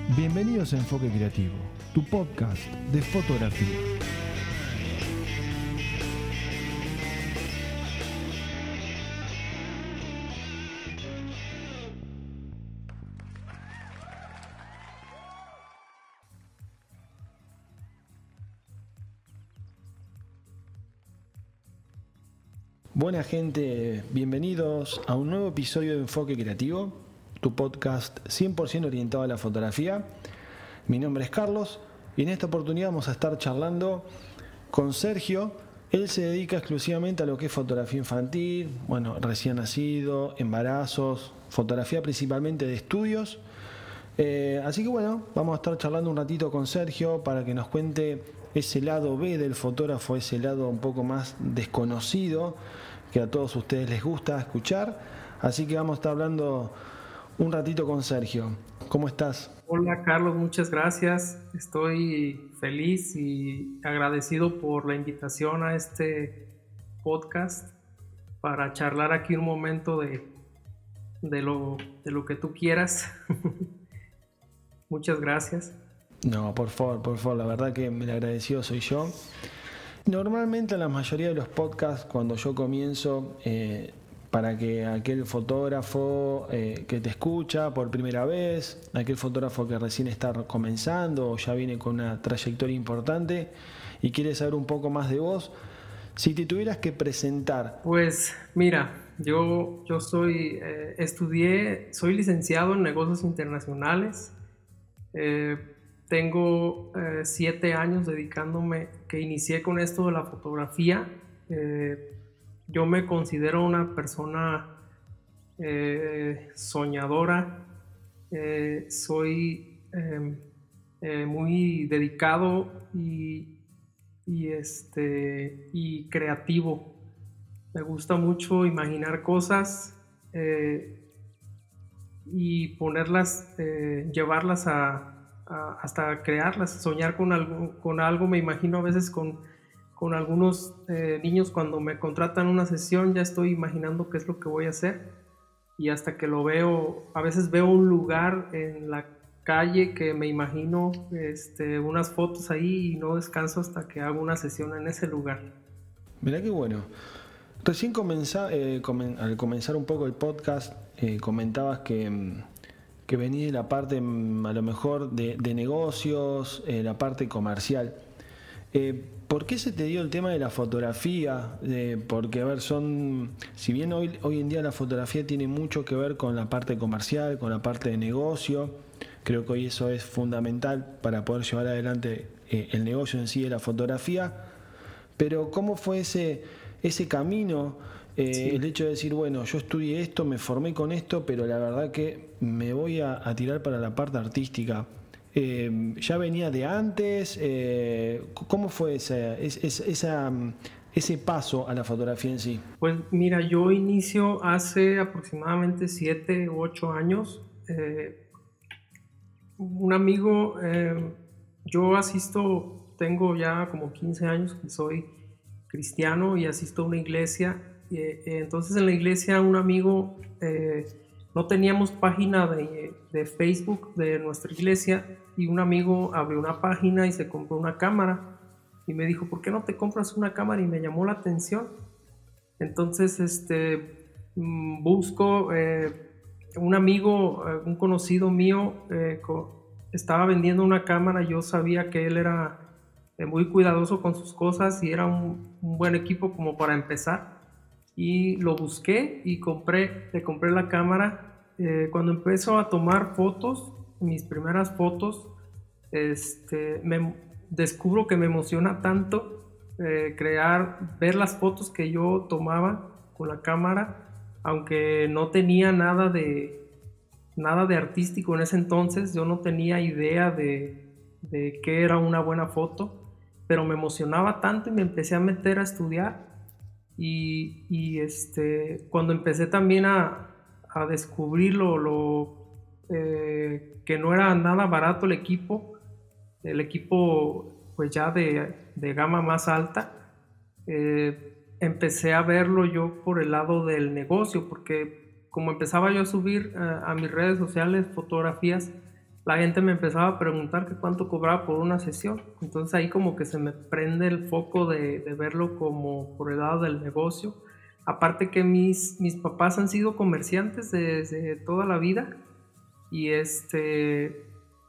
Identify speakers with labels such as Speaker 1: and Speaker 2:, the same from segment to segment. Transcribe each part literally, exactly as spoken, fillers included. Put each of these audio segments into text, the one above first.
Speaker 1: Bienvenidos a Enfoque Creativo, tu podcast de fotografía. Buena gente, bienvenidos a un nuevo episodio de Enfoque Creativo, tu podcast cien por ciento orientado a la fotografía. Mi nombre es Carlos y en esta oportunidad vamos a estar charlando con Sergio. Él se dedica exclusivamente a lo que es fotografía infantil, bueno, recién nacido, embarazos, fotografía principalmente de estudios. Eh, así que bueno, vamos a estar charlando un ratito con Sergio para que nos cuente ese lado B del fotógrafo, ese lado un poco más desconocido que a todos ustedes les gusta escuchar. Así que vamos a estar hablando un ratito con Sergio. ¿Cómo estás?
Speaker 2: Hola Carlos, muchas gracias. Estoy feliz y agradecido por la invitación a este podcast para charlar aquí un momento de, de, lo, de lo que tú quieras. Muchas gracias.
Speaker 1: No, por favor, por favor, la verdad que el agradecido soy yo. Normalmente en la mayoría de los podcasts, cuando yo comienzo, eh, para que aquel fotógrafo eh, que te escucha por primera vez, aquel fotógrafo que recién está comenzando o ya viene con una trayectoria importante y quiere saber un poco más de vos, si te tuvieras que presentar.
Speaker 2: Pues mira, yo, yo soy, eh, estudié, soy licenciado en negocios internacionales. Eh, Tengo eh, siete años dedicándome, que inicié con esto de la fotografía. Eh, yo me considero una persona eh, soñadora. Eh, soy eh, eh, muy dedicado y, y, este, y creativo. Me gusta mucho imaginar cosas eh, y ponerlas, eh, llevarlas a A, hasta crearlas, soñar con algo, con algo. Me imagino a veces con, con algunos eh, niños cuando me contratan una sesión, ya estoy imaginando qué es lo que voy a hacer y hasta que lo veo, a veces veo un lugar en la calle que me imagino este, unas fotos ahí y no descanso hasta que hago una sesión en ese lugar.
Speaker 1: Mirá qué bueno. Recién comenzá, eh, comen, al comenzar un poco el podcast, eh, comentabas que... que venís de la parte a lo mejor de, de negocios, eh, la parte comercial. Eh, ¿Por qué se te dio el tema de la fotografía? Eh, porque, a ver, son, si bien hoy, hoy en día la fotografía tiene mucho que ver con la parte comercial, con la parte de negocio, creo que hoy eso es fundamental para poder llevar adelante eh, el negocio en sí de la fotografía, pero ¿cómo fue ese, ese camino? Eh, sí. El hecho de decir, bueno, yo estudié esto, me formé con esto, pero la verdad que me voy a, a tirar para la parte artística. Eh, ¿Ya venía de antes? Eh, ¿Cómo fue esa, esa, esa, ese paso a la fotografía en sí?
Speaker 2: Pues mira, yo inicio hace aproximadamente siete u ocho años. Eh, un amigo, eh, yo asisto, tengo ya como quince años que soy cristiano y asisto a una iglesia. Eh, entonces en la iglesia un amigo, eh, no teníamos página de, de Facebook de nuestra iglesia y un amigo abrió una página y se compró una cámara y me dijo, ¿por qué no te compras una cámara? Y me llamó la atención. Entonces este, busco, eh, un amigo, eh, un conocido mío eh, estaba vendiendo una cámara. Yo sabía que él era eh, muy cuidadoso con sus cosas y era un, un buen equipo como para empezar. Y lo busqué y compré, le compré la cámara. Eh, cuando empezó a tomar fotos, mis primeras fotos, este, me descubro que me emociona tanto eh, crear, ver las fotos que yo tomaba con la cámara, aunque no tenía nada de, nada de artístico en ese entonces. Yo no tenía idea de, de qué era una buena foto, pero me emocionaba tanto y me empecé a meter a estudiar. Y, y este, cuando empecé también a, a descubrir lo, lo eh, que no era nada barato el equipo, el equipo pues ya de, de gama más alta, eh, empecé a verlo yo por el lado del negocio, porque como empezaba yo a subir uh, a mis redes sociales fotografías, la gente me empezaba a preguntar que cuánto cobraba por una sesión. Entonces ahí como que se me prende el foco de, de verlo como por el lado del negocio. Aparte que mis, mis papás han sido comerciantes desde toda la vida y este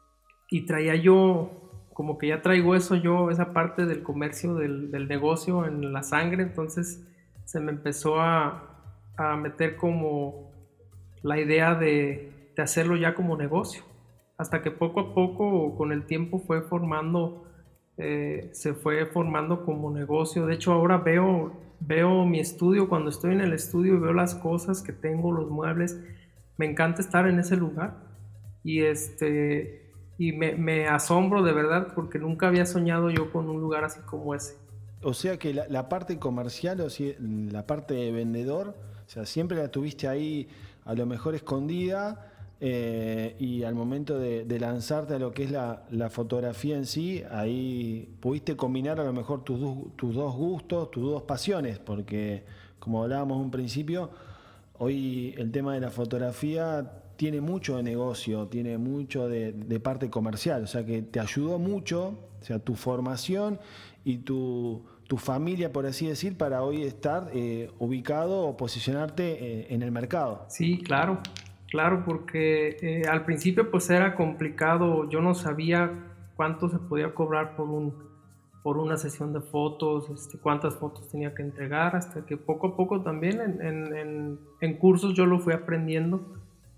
Speaker 2: y traía yo, como que ya traigo eso yo, esa parte del comercio, del, del negocio en la sangre, entonces se me empezó a, a meter como la idea de, de hacerlo ya como negocio, hasta que poco a poco con el tiempo fue formando, eh, se fue formando como negocio. De hecho ahora veo, veo mi estudio, cuando estoy en el estudio y veo las cosas que tengo, los muebles, me encanta estar en ese lugar y este y me, me asombro de verdad porque nunca había soñado yo con un lugar así como ese.
Speaker 1: O sea que la, la parte comercial, o sea, la parte de vendedor, o sea, siempre la tuviste ahí a lo mejor escondida, eh, y al momento de, de lanzarte a lo que es la, la fotografía en sí, ahí pudiste combinar a lo mejor tus, du- tus dos gustos, tus dos pasiones, porque como hablábamos en un principio, hoy el tema de la fotografía tiene mucho de negocio, tiene mucho de, de parte comercial, o sea que te ayudó mucho, o sea, tu formación y tu, tu familia, por así decir, para hoy estar eh, ubicado o posicionarte eh, en el mercado.
Speaker 2: Sí, claro, claro, porque eh, al principio pues era complicado, yo no sabía cuánto se podía cobrar por un, por una sesión de fotos, este, cuántas fotos tenía que entregar, hasta que poco a poco también en, en, en, en cursos yo lo fui aprendiendo,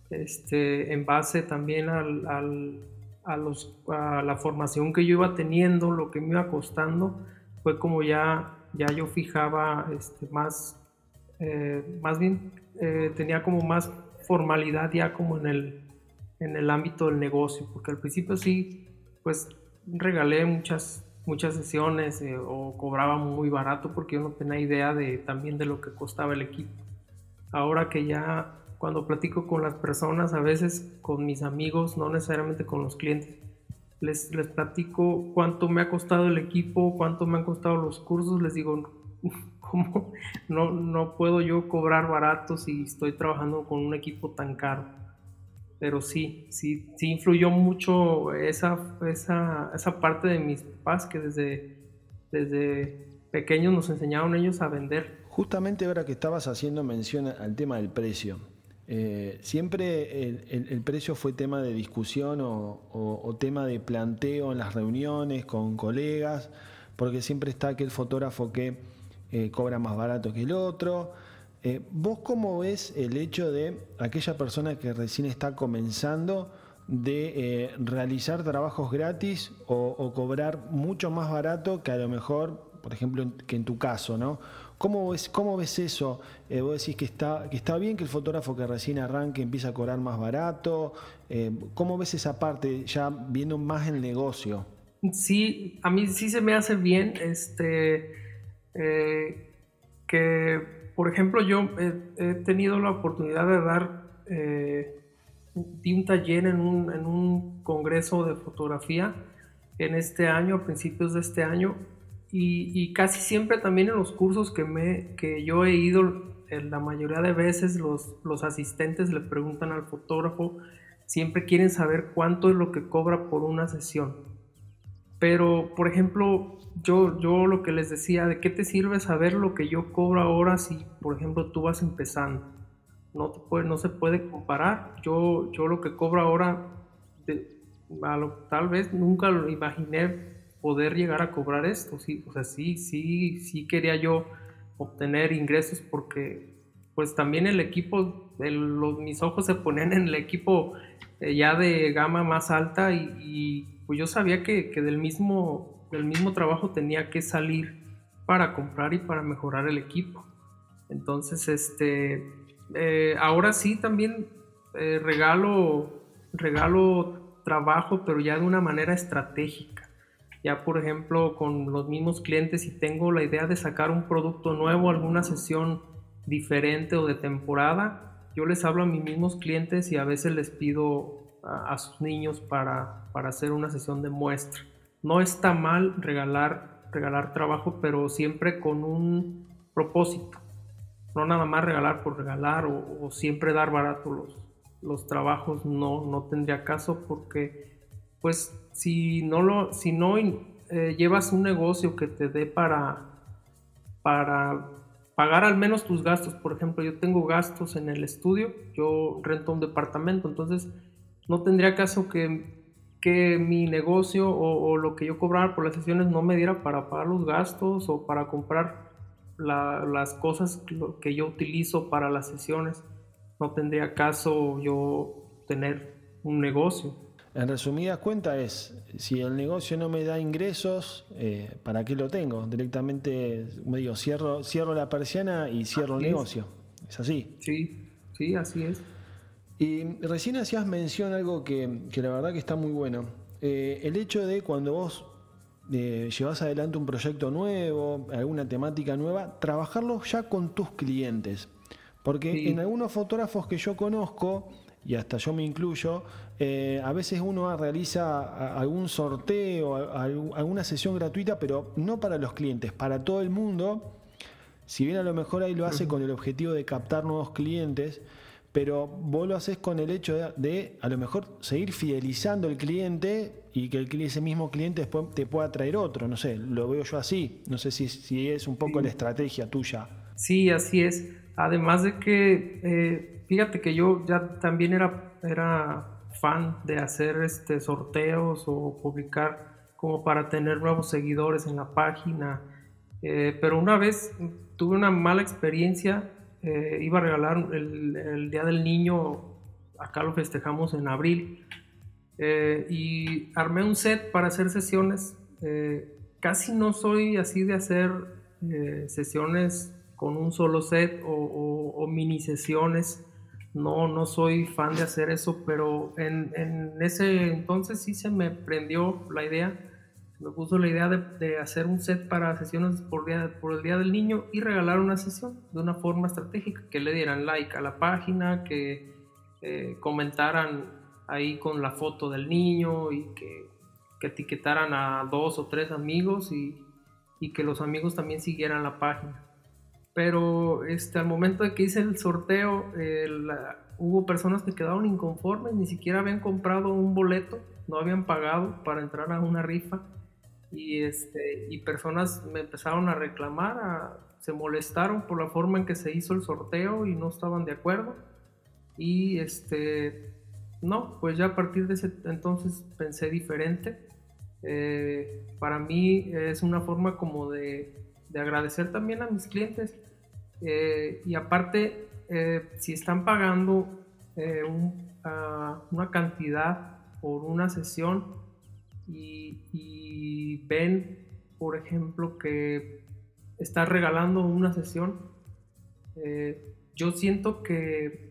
Speaker 2: este, en base también al, al, a, los, a la formación que yo iba teniendo, lo que me iba costando, fue como ya, ya yo fijaba este, más, eh, más bien eh, tenía como más formalidad ya como en el, en el ámbito del negocio, porque al principio sí, pues regalé muchas, muchas sesiones eh, o cobraba muy barato porque yo no tenía idea de, también de lo que costaba el equipo. Ahora que ya cuando platico con las personas, a veces con mis amigos, no necesariamente con los clientes, les, les platico cuánto me ha costado el equipo, cuánto me han costado los cursos, les digo, ¿cómo no, no puedo yo cobrar barato si estoy trabajando con un equipo tan caro? Pero sí, sí, sí influyó mucho esa, esa, esa parte de mis papás que desde, desde pequeños nos enseñaron ellos a vender.
Speaker 1: Justamente ahora que estabas haciendo mención al tema del precio, eh, siempre el, el- el precio fue tema de discusión o, o- o tema de planteo en las reuniones con colegas, porque siempre está aquel fotógrafo que eh, cobra más barato que el otro. Eh, ¿vos cómo ves el hecho de aquella persona que recién está comenzando de eh, realizar trabajos gratis o, o cobrar mucho más barato que a lo mejor, por ejemplo, en- que en tu caso, ¿no? ¿Cómo ves, cómo ves eso? Eh, vos decís que está, que está bien que el fotógrafo que recién arranque empieza a cobrar más barato. Eh, ¿cómo ves esa parte ya viendo más el negocio?
Speaker 2: Sí, a mí sí se me hace bien, este, eh, que, por ejemplo, yo he, he tenido la oportunidad de dar, eh, di un taller en un, en un congreso de fotografía en este año, a principios de este año, y, y casi siempre también en los cursos que, me, que yo he ido, en la mayoría de veces los, los asistentes le preguntan al fotógrafo, siempre quieren saber cuánto es lo que cobra por una sesión. Pero, por ejemplo, yo, yo lo que les decía, ¿de qué te sirve saber lo que yo cobro ahora si, por ejemplo, tú vas empezando? No, te puede, no se puede comparar. Yo, yo lo que cobro ahora, de- a lo- tal vez nunca lo imaginé poder llegar a cobrar esto. Sí, o sea, sí, sí, sí quería yo obtener ingresos porque, pues también el equipo, el- los, mis ojos se ponían en el equipo eh, ya de gama más alta y, y, pues yo sabía que, que del mismo, del mismo trabajo tenía que salir para comprar y para mejorar el equipo. Entonces, este, eh, ahora sí también eh, regalo, regalo trabajo, pero ya de una manera estratégica. Ya, por ejemplo, con los mismos clientes, si tengo la idea de sacar un producto nuevo, alguna sesión diferente o de temporada, yo les hablo a mis mismos clientes y a veces les pido a, a sus niños para, para hacer una sesión de muestra. No está mal regalar, regalar trabajo, pero siempre con un propósito, no nada más regalar por regalar o, o siempre dar barato los, los trabajos no, no tendría caso, porque pues si no, lo, si no eh, llevas un negocio que te dé para, para pagar al menos tus gastos. Por ejemplo, yo tengo gastos en el estudio, yo rento un departamento, entonces no tendría caso que, que mi negocio o, o lo que yo cobrara por las sesiones no me diera para pagar los gastos o para comprar la, las cosas que yo utilizo para las sesiones. No tendría caso yo tener un negocio.
Speaker 1: En resumidas cuentas es, si el negocio no me da ingresos, eh, ¿para qué lo tengo? Directamente, me digo, cierro, cierro la persiana y cierro el
Speaker 2: Así es.
Speaker 1: negocio. Es así.
Speaker 2: Sí, sí, así es.
Speaker 1: Y recién hacías mención algo que, que la verdad que está muy bueno. Eh, el hecho de cuando vos eh, llevas adelante un proyecto nuevo, alguna temática nueva, trabajarlo ya con tus clientes. Porque en
Speaker 2: Sí.
Speaker 1: algunos fotógrafos que yo conozco, y hasta yo me incluyo, eh, a veces uno realiza algún sorteo, alguna sesión gratuita, pero no para los clientes, para todo el mundo. Si bien a lo mejor ahí lo hace con el objetivo de captar nuevos clientes, pero vos lo haces con el hecho de, de a lo mejor seguir fidelizando al cliente y que el, ese mismo cliente después te pueda traer otro. No sé, lo veo yo así. No sé si, si es un poco la
Speaker 2: Sí.
Speaker 1: estrategia tuya.
Speaker 2: Sí, así es. Además de que, eh, fíjate que yo ya también era, era fan de hacer este, sorteos o publicar como para tener nuevos seguidores en la página. Eh, pero una vez tuve una mala experiencia, eh, iba a regalar el, el Día del Niño, acá lo festejamos en abril, eh, y armé un set para hacer sesiones. Eh, casi no soy así de hacer eh, sesiones con un solo set o, o, o, mini sesiones. No, no soy fan de hacer eso, pero en, en ese entonces sí se me prendió la idea. Me puso la idea de, de hacer un set para sesiones por, día, por el Día del Niño y regalar una sesión de una forma estratégica, que le dieran like a la página, que eh, comentaran ahí con la foto del niño y que, que etiquetaran a dos o tres amigos y, y que los amigos también siguieran la página. Pero este, al momento de que hice el sorteo, eh, la, hubo personas que quedaron inconformes, ni siquiera habían comprado un boleto, no habían pagado para entrar a una rifa. Y, este, y personas me empezaron a reclamar, a, se molestaron por la forma en que se hizo el sorteo y no estaban de acuerdo. Y este, no, pues ya a partir de ese entonces pensé diferente. Eh, para mí es una forma como de, de agradecer también a mis clientes. Eh, y aparte, eh, si están pagando eh, un, uh, una cantidad por una sesión y, y ven, por ejemplo, que estás regalando una sesión, eh, yo siento que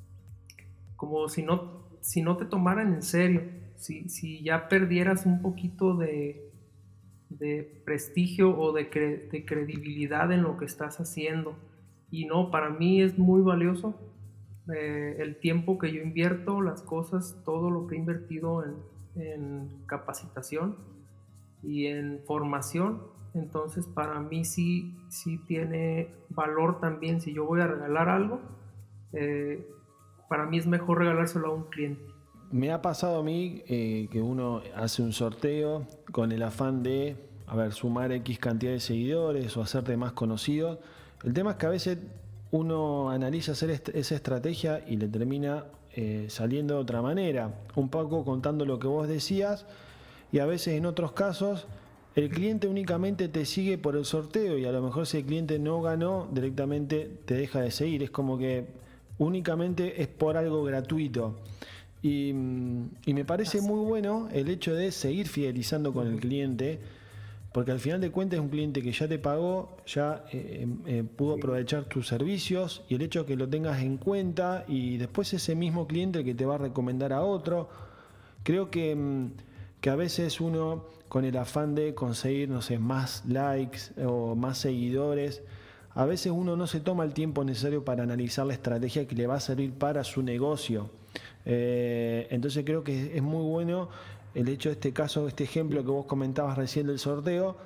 Speaker 2: como si no, si no te tomaran en serio, si, si ya perdieras un poquito de, de prestigio o de, cre, de credibilidad en lo que estás haciendo. Y no, para mí es muy valioso eh, el tiempo que yo invierto, las cosas, todo lo que he invertido en, en capacitación y en formación. Entonces para mí sí, sí tiene valor también. Si yo voy a regalar algo, eh, para mí es mejor regalárselo a un cliente.
Speaker 1: Me ha pasado a mí eh, que uno hace un sorteo con el afán de, a ver, sumar X cantidad de seguidores o hacerte más conocido. El tema es que a veces uno analiza hacer est- esa estrategia y le termina eh, saliendo de otra manera, un poco contando lo que vos decías, y a veces en otros casos el cliente únicamente te sigue por el sorteo y a lo mejor si el cliente no ganó, directamente te deja de seguir. Es como que únicamente es por algo gratuito. Y, y me parece
Speaker 2: Así.
Speaker 1: muy bueno el hecho de seguir fidelizando con el cliente, porque al final de cuentas es un cliente que ya te pagó, ya eh, eh, pudo aprovechar tus servicios y el hecho de que lo tengas en cuenta y después ese mismo cliente que te va a recomendar a otro. Creo que, que a veces uno con el afán de conseguir, no sé, más likes o más seguidores, a veces uno no se toma el tiempo necesario para analizar la estrategia que le va a servir para su negocio. Eh, entonces creo que es muy bueno el hecho de este caso, este ejemplo que vos comentabas recién del sorteo,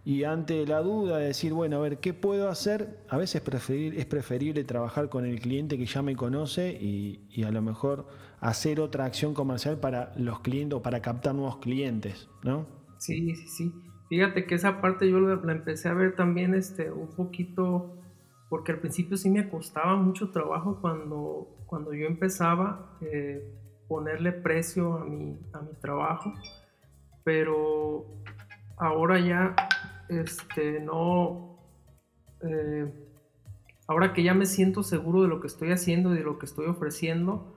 Speaker 1: y ante la duda de decir, bueno, a ver, ¿qué puedo hacer? A veces preferir, es preferible trabajar con el cliente que ya me conoce y, y a lo mejor hacer otra acción comercial para los clientes o para captar nuevos clientes, ¿no?
Speaker 2: Sí, sí, sí. Fíjate que esa parte yo la, la empecé a ver también este, un poquito, porque al principio sí me costaba mucho trabajo cuando, cuando yo empezaba eh, ponerle precio a mi, a mi trabajo, pero ahora ya este, no, eh, ahora que ya me siento seguro de lo que estoy haciendo y de lo que estoy ofreciendo,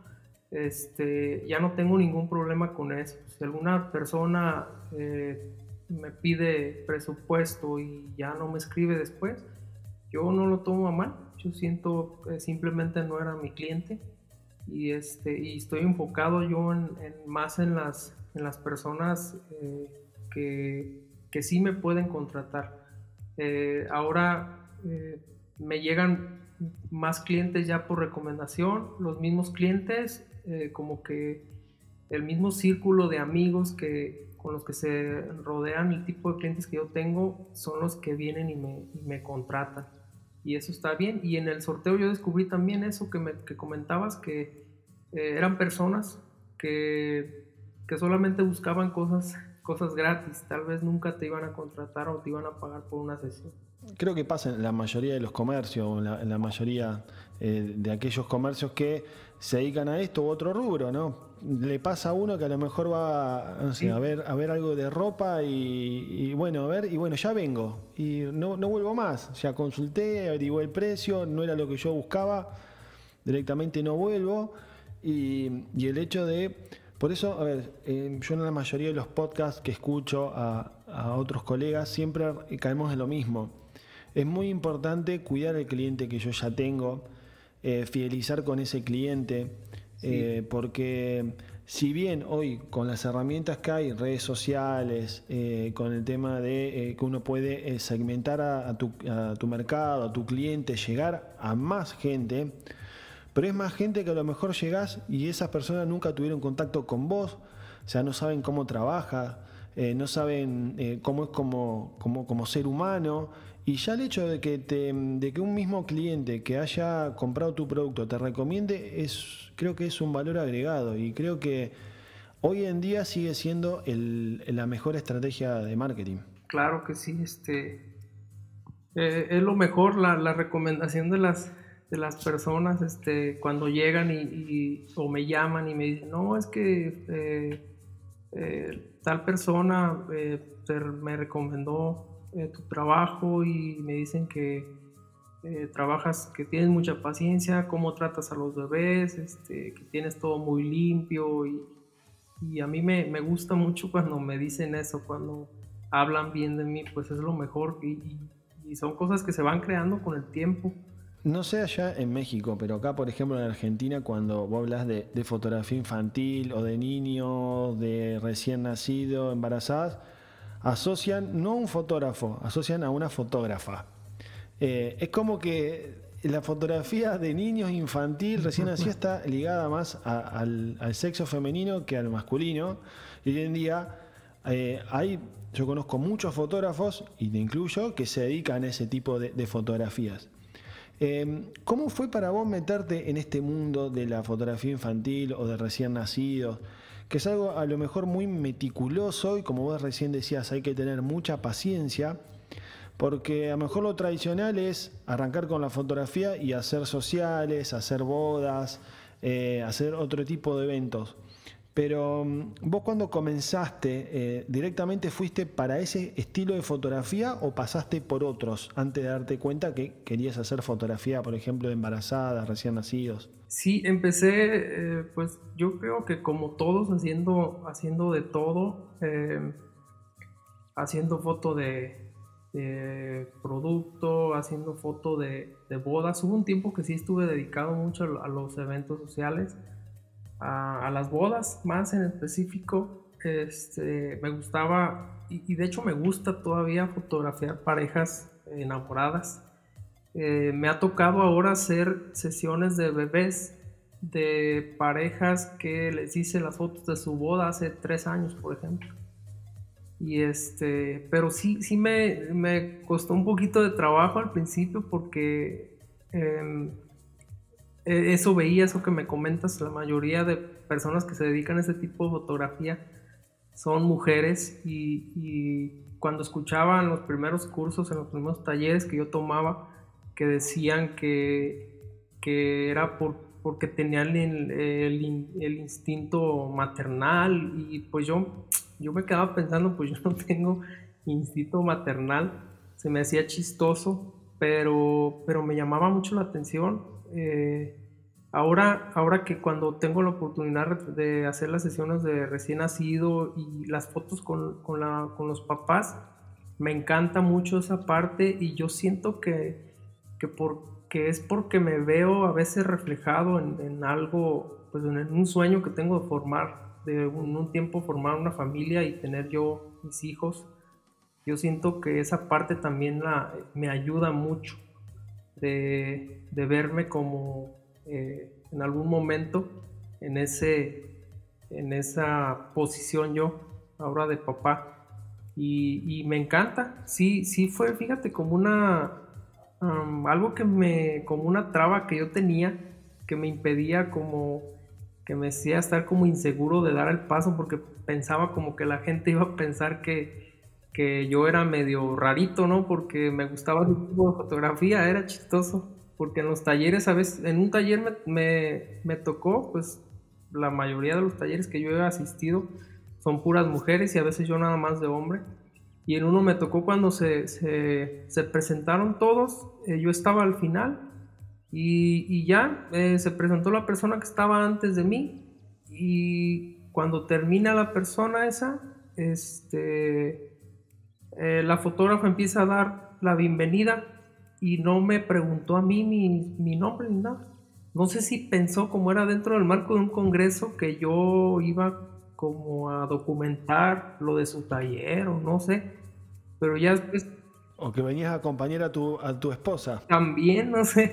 Speaker 2: este, ya no tengo ningún problema con eso. Si alguna persona eh, me pide presupuesto y ya no me escribe después, yo no lo tomo a mal. Yo siento que simplemente no era mi cliente y, este, y estoy enfocado yo en, en más en las, en las personas eh, que, que sí me pueden contratar. Eh, ahora eh, me llegan más clientes ya por recomendación, los mismos clientes, eh, como que el mismo círculo de amigos que, con los que se rodean el tipo de clientes que yo tengo son los que vienen y me, y me contratan. Y eso está bien. Y en el sorteo yo descubrí también eso que, me, que comentabas, que eh, eran personas que, que solamente buscaban cosas, cosas gratis. Tal vez nunca te iban a contratar o te iban a pagar por una sesión.
Speaker 1: Creo que pasa en la mayoría de los comercios, en la, en la mayoría eh, de aquellos comercios que se dedican a esto u otro rubro, ¿no? Le pasa a uno que a lo mejor va, no sé,
Speaker 2: Sí,
Speaker 1: a ver, a ver algo de ropa y, y bueno, a ver, y bueno, ya vengo y no, no vuelvo más. Ya consulté, averigué el precio, no era lo que yo buscaba, directamente no vuelvo. Y, y el hecho de, por eso, a ver, eh, yo en la mayoría de los podcasts que escucho a, a otros colegas siempre caemos en lo mismo. Es muy importante cuidar al cliente que yo ya tengo, eh, fidelizar con ese cliente,
Speaker 2: sí,
Speaker 1: eh, porque si bien hoy con las herramientas que hay, redes sociales, eh, con el tema de eh, que uno puede eh, segmentar a, a, tu, a tu mercado, a tu cliente, llegar a más gente, pero es más gente que a lo mejor llegás y esas personas nunca tuvieron contacto con vos, o sea, no saben cómo trabaja, eh, no saben eh, cómo es como, como, como ser humano. Y ya el hecho de que, te, de que un mismo cliente que haya comprado tu producto te recomiende, es, creo que es un valor agregado. Y creo que hoy en día sigue siendo el, la mejor estrategia de marketing.
Speaker 2: claro que sí. Este, eh, es lo mejor, la, la recomendación de las, de las personas este, cuando llegan y, y- o me llaman y me dicen, no, es que eh, eh, tal persona eh, te- me recomendó eh, tu trabajo y me dicen que eh, trabajas, que tienes mucha paciencia, cómo tratas a los bebés, este, que tienes todo muy limpio y, y a mí me, me gusta mucho cuando me dicen eso, cuando hablan bien de mí, pues es lo mejor y, y- y son cosas que se van creando con el tiempo.
Speaker 1: No sé allá en México, pero acá, por ejemplo, en Argentina, cuando vos hablas de, de fotografía infantil o de niños, de recién nacido, embarazadas, asocian no a un fotógrafo, asocian a una fotógrafa. Eh, es como que la fotografía de niños infantil recién nacido está ligada más a- al, al sexo femenino que al masculino. Y hoy en día eh, hay, yo conozco muchos fotógrafos, y te incluyo, que se dedican a ese tipo de, de fotografías. Eh, ¿Cómo fue para vos meterte en este mundo de la fotografía infantil o de recién nacidos? Que es algo a lo mejor muy meticuloso y como vos recién decías, hay que tener mucha paciencia, porque a lo mejor lo tradicional es arrancar con la fotografía y hacer sociales, hacer bodas, eh, hacer otro tipo de eventos. Pero mm, vos cuando comenzaste, eh, ¿directamente fuiste para ese estilo de fotografía o pasaste por otros antes de darte cuenta que querías hacer fotografía, por ejemplo, de embarazadas, recién nacidos?
Speaker 2: Sí, empecé, eh, pues yo creo que como todos haciendo, haciendo de todo, eh, haciendo foto de, de producto, haciendo foto de, de bodas. Hubo un tiempo que sí estuve dedicado mucho a, a los eventos sociales, a, a, las bodas más en específico. Este, me gustaba, y, y de hecho me gusta todavía fotografiar parejas enamoradas. Eh, me ha tocado ahora hacer sesiones de bebés de parejas que les hice las fotos de su boda hace tres años, por ejemplo. Y este, pero sí, sí me, me costó un poquito de trabajo al principio porque eh, eso veía, eso que me comentas, la mayoría de personas que se dedican a ese tipo de fotografía son mujeres y, y cuando escuchaba en los primeros cursos, en los primeros talleres que yo tomaba, que decían que, que era por, porque tenían el, el, el instinto maternal y pues yo, yo me quedaba pensando, pues yo no tengo instinto maternal, se me hacía chistoso, pero, pero me llamaba mucho la atención. Eh, Ahora, ahora que cuando tengo la oportunidad de hacer las sesiones de recién nacido y las fotos con, con, la, con los papás, me encanta mucho esa parte y yo siento que, que, por, que es porque me veo a veces reflejado en, en algo, pues en un sueño que tengo de formar, de un, un tiempo formar una familia y tener yo mis hijos. Yo siento que esa parte también la, me ayuda mucho de, de verme como eh, en algún momento en, ese, en esa posición yo, ahora de papá. Y, y me encanta, sí, sí fue, fíjate, como una, um, algo que me, como una traba que yo tenía, que me impedía como, que me hacía estar como inseguro de dar el paso, porque pensaba como que la gente iba a pensar que, que yo era medio rarito, ¿no? Porque me gustaba el tipo de fotografía, era chistoso, porque en los talleres, a veces, en un taller me, me, me tocó, pues la mayoría de los talleres que yo he asistido son puras mujeres y a veces yo nada más de hombre. Y en uno me tocó cuando se, se, se presentaron todos, eh, yo estaba al final y, y ya eh, se presentó la persona que estaba antes de mí y cuando termina la persona esa, este, eh, la fotógrafa empieza a dar la bienvenida y no me preguntó a mí mi, mi nombre ni nada. No sé si pensó, como era dentro del marco de un congreso, que yo iba como a documentar lo de su taller o no sé, pero ya después
Speaker 1: O que venías a acompañar a tu, a tu esposa.
Speaker 2: también, no sé,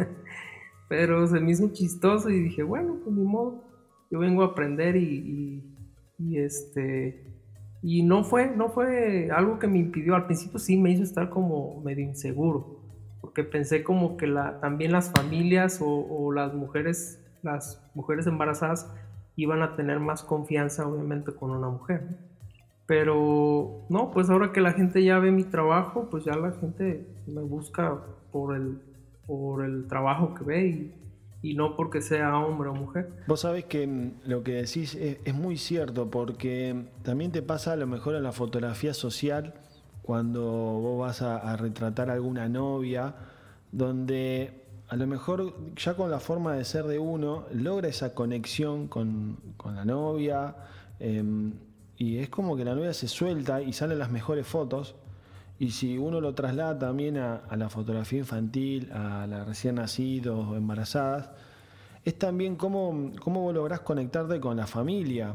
Speaker 2: pero se me hizo chistoso y dije, bueno, pues ni modo, yo vengo a aprender y, y, y este, y no fue, no fue algo que me impidió, al principio sí me hizo estar como medio inseguro, porque pensé como que la, también las familias o, o las mujeres, las mujeres embarazadas iban a tener más confianza obviamente con una mujer, ¿no? Pero no, pues ahora que la gente ya ve mi trabajo, pues ya la gente me busca por el, por el trabajo que ve y, y no porque sea hombre o mujer.
Speaker 1: Vos sabés que mm, lo que decís es, es muy cierto, porque también te pasa a lo mejor en la fotografía social, cuando vos vas a, a retratar a alguna novia, donde a lo mejor ya con la forma de ser de uno, logra esa conexión con, con la novia, eh, y es como que la novia se suelta y salen las mejores fotos. Y si uno lo traslada también a, a la fotografía infantil, a la recién nacidos o embarazadas, es también cómo, cómo vos lográs conectarte con la familia.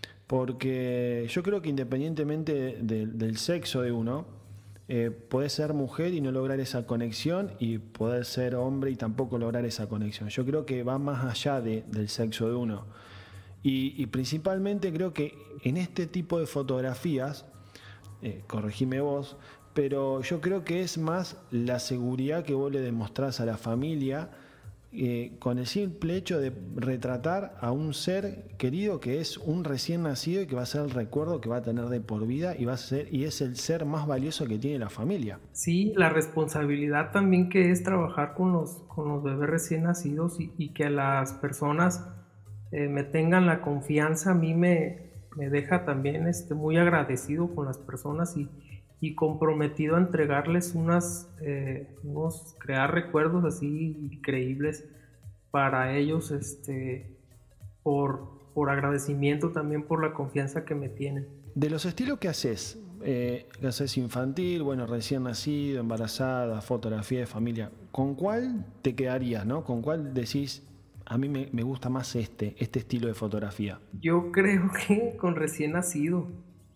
Speaker 1: Porque yo creo que independientemente de- del sexo de uno, eh, podés ser mujer y no lograr esa conexión y poder ser hombre y tampoco lograr esa conexión. Yo creo que va más allá de- del sexo de uno. Y, y principalmente creo que en este tipo de fotografías, eh, corregime vos, pero yo creo que es más la seguridad que vos le demostrás a la familia, eh, con el simple hecho de retratar a un ser querido que es un recién nacido y que va a ser el recuerdo que va a tener de por vida y va a ser y es el ser más valioso que tiene la familia.
Speaker 2: Sí, la responsabilidad también que es trabajar con los, con los bebés recién nacidos y, y que las personas eh, me tengan la confianza, a mí me, me deja también este, muy agradecido con las personas y, y comprometido a entregarles unas, eh, unos, crear recuerdos así increíbles para ellos, este, por, por agradecimiento también por la confianza que me tienen.
Speaker 1: De los estilos que haces, eh, que haces infantil, bueno, recién nacido, embarazada, fotografía de familia, ¿con cuál te quedarías, no? ¿Con cuál decís, a mí me, me gusta más este, este estilo de fotografía?
Speaker 2: Yo creo que con recién nacido,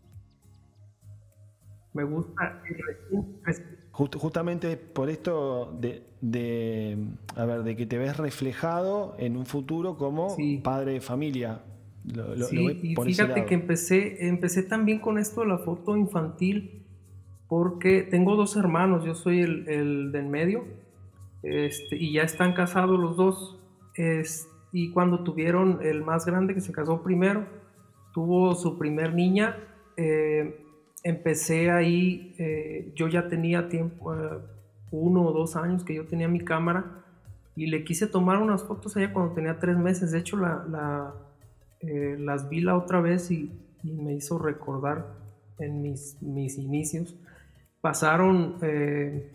Speaker 2: me gusta el recién, recién-
Speaker 1: Just- justamente por esto de, de, a ver, de que te ves reflejado en un futuro como
Speaker 2: sí,
Speaker 1: padre de familia, Lo, lo, lo
Speaker 2: Sí,
Speaker 1: ves
Speaker 2: y
Speaker 1: por ese
Speaker 2: fíjate
Speaker 1: lado.
Speaker 2: que empecé, empecé también con esto de la foto infantil porque tengo dos hermanos, yo soy el, el del medio, este, y ya están casados los dos. Es, y cuando tuvieron el más grande, que se casó primero, tuvo su primer niña, eh, empecé ahí, eh, yo ya tenía tiempo, eh, uno o dos años que yo tenía mi cámara y le quise tomar unas fotos a ella cuando tenía tres meses. De hecho, la, la, eh, las vi la otra vez y, y me hizo recordar en mis, mis inicios. Pasaron eh,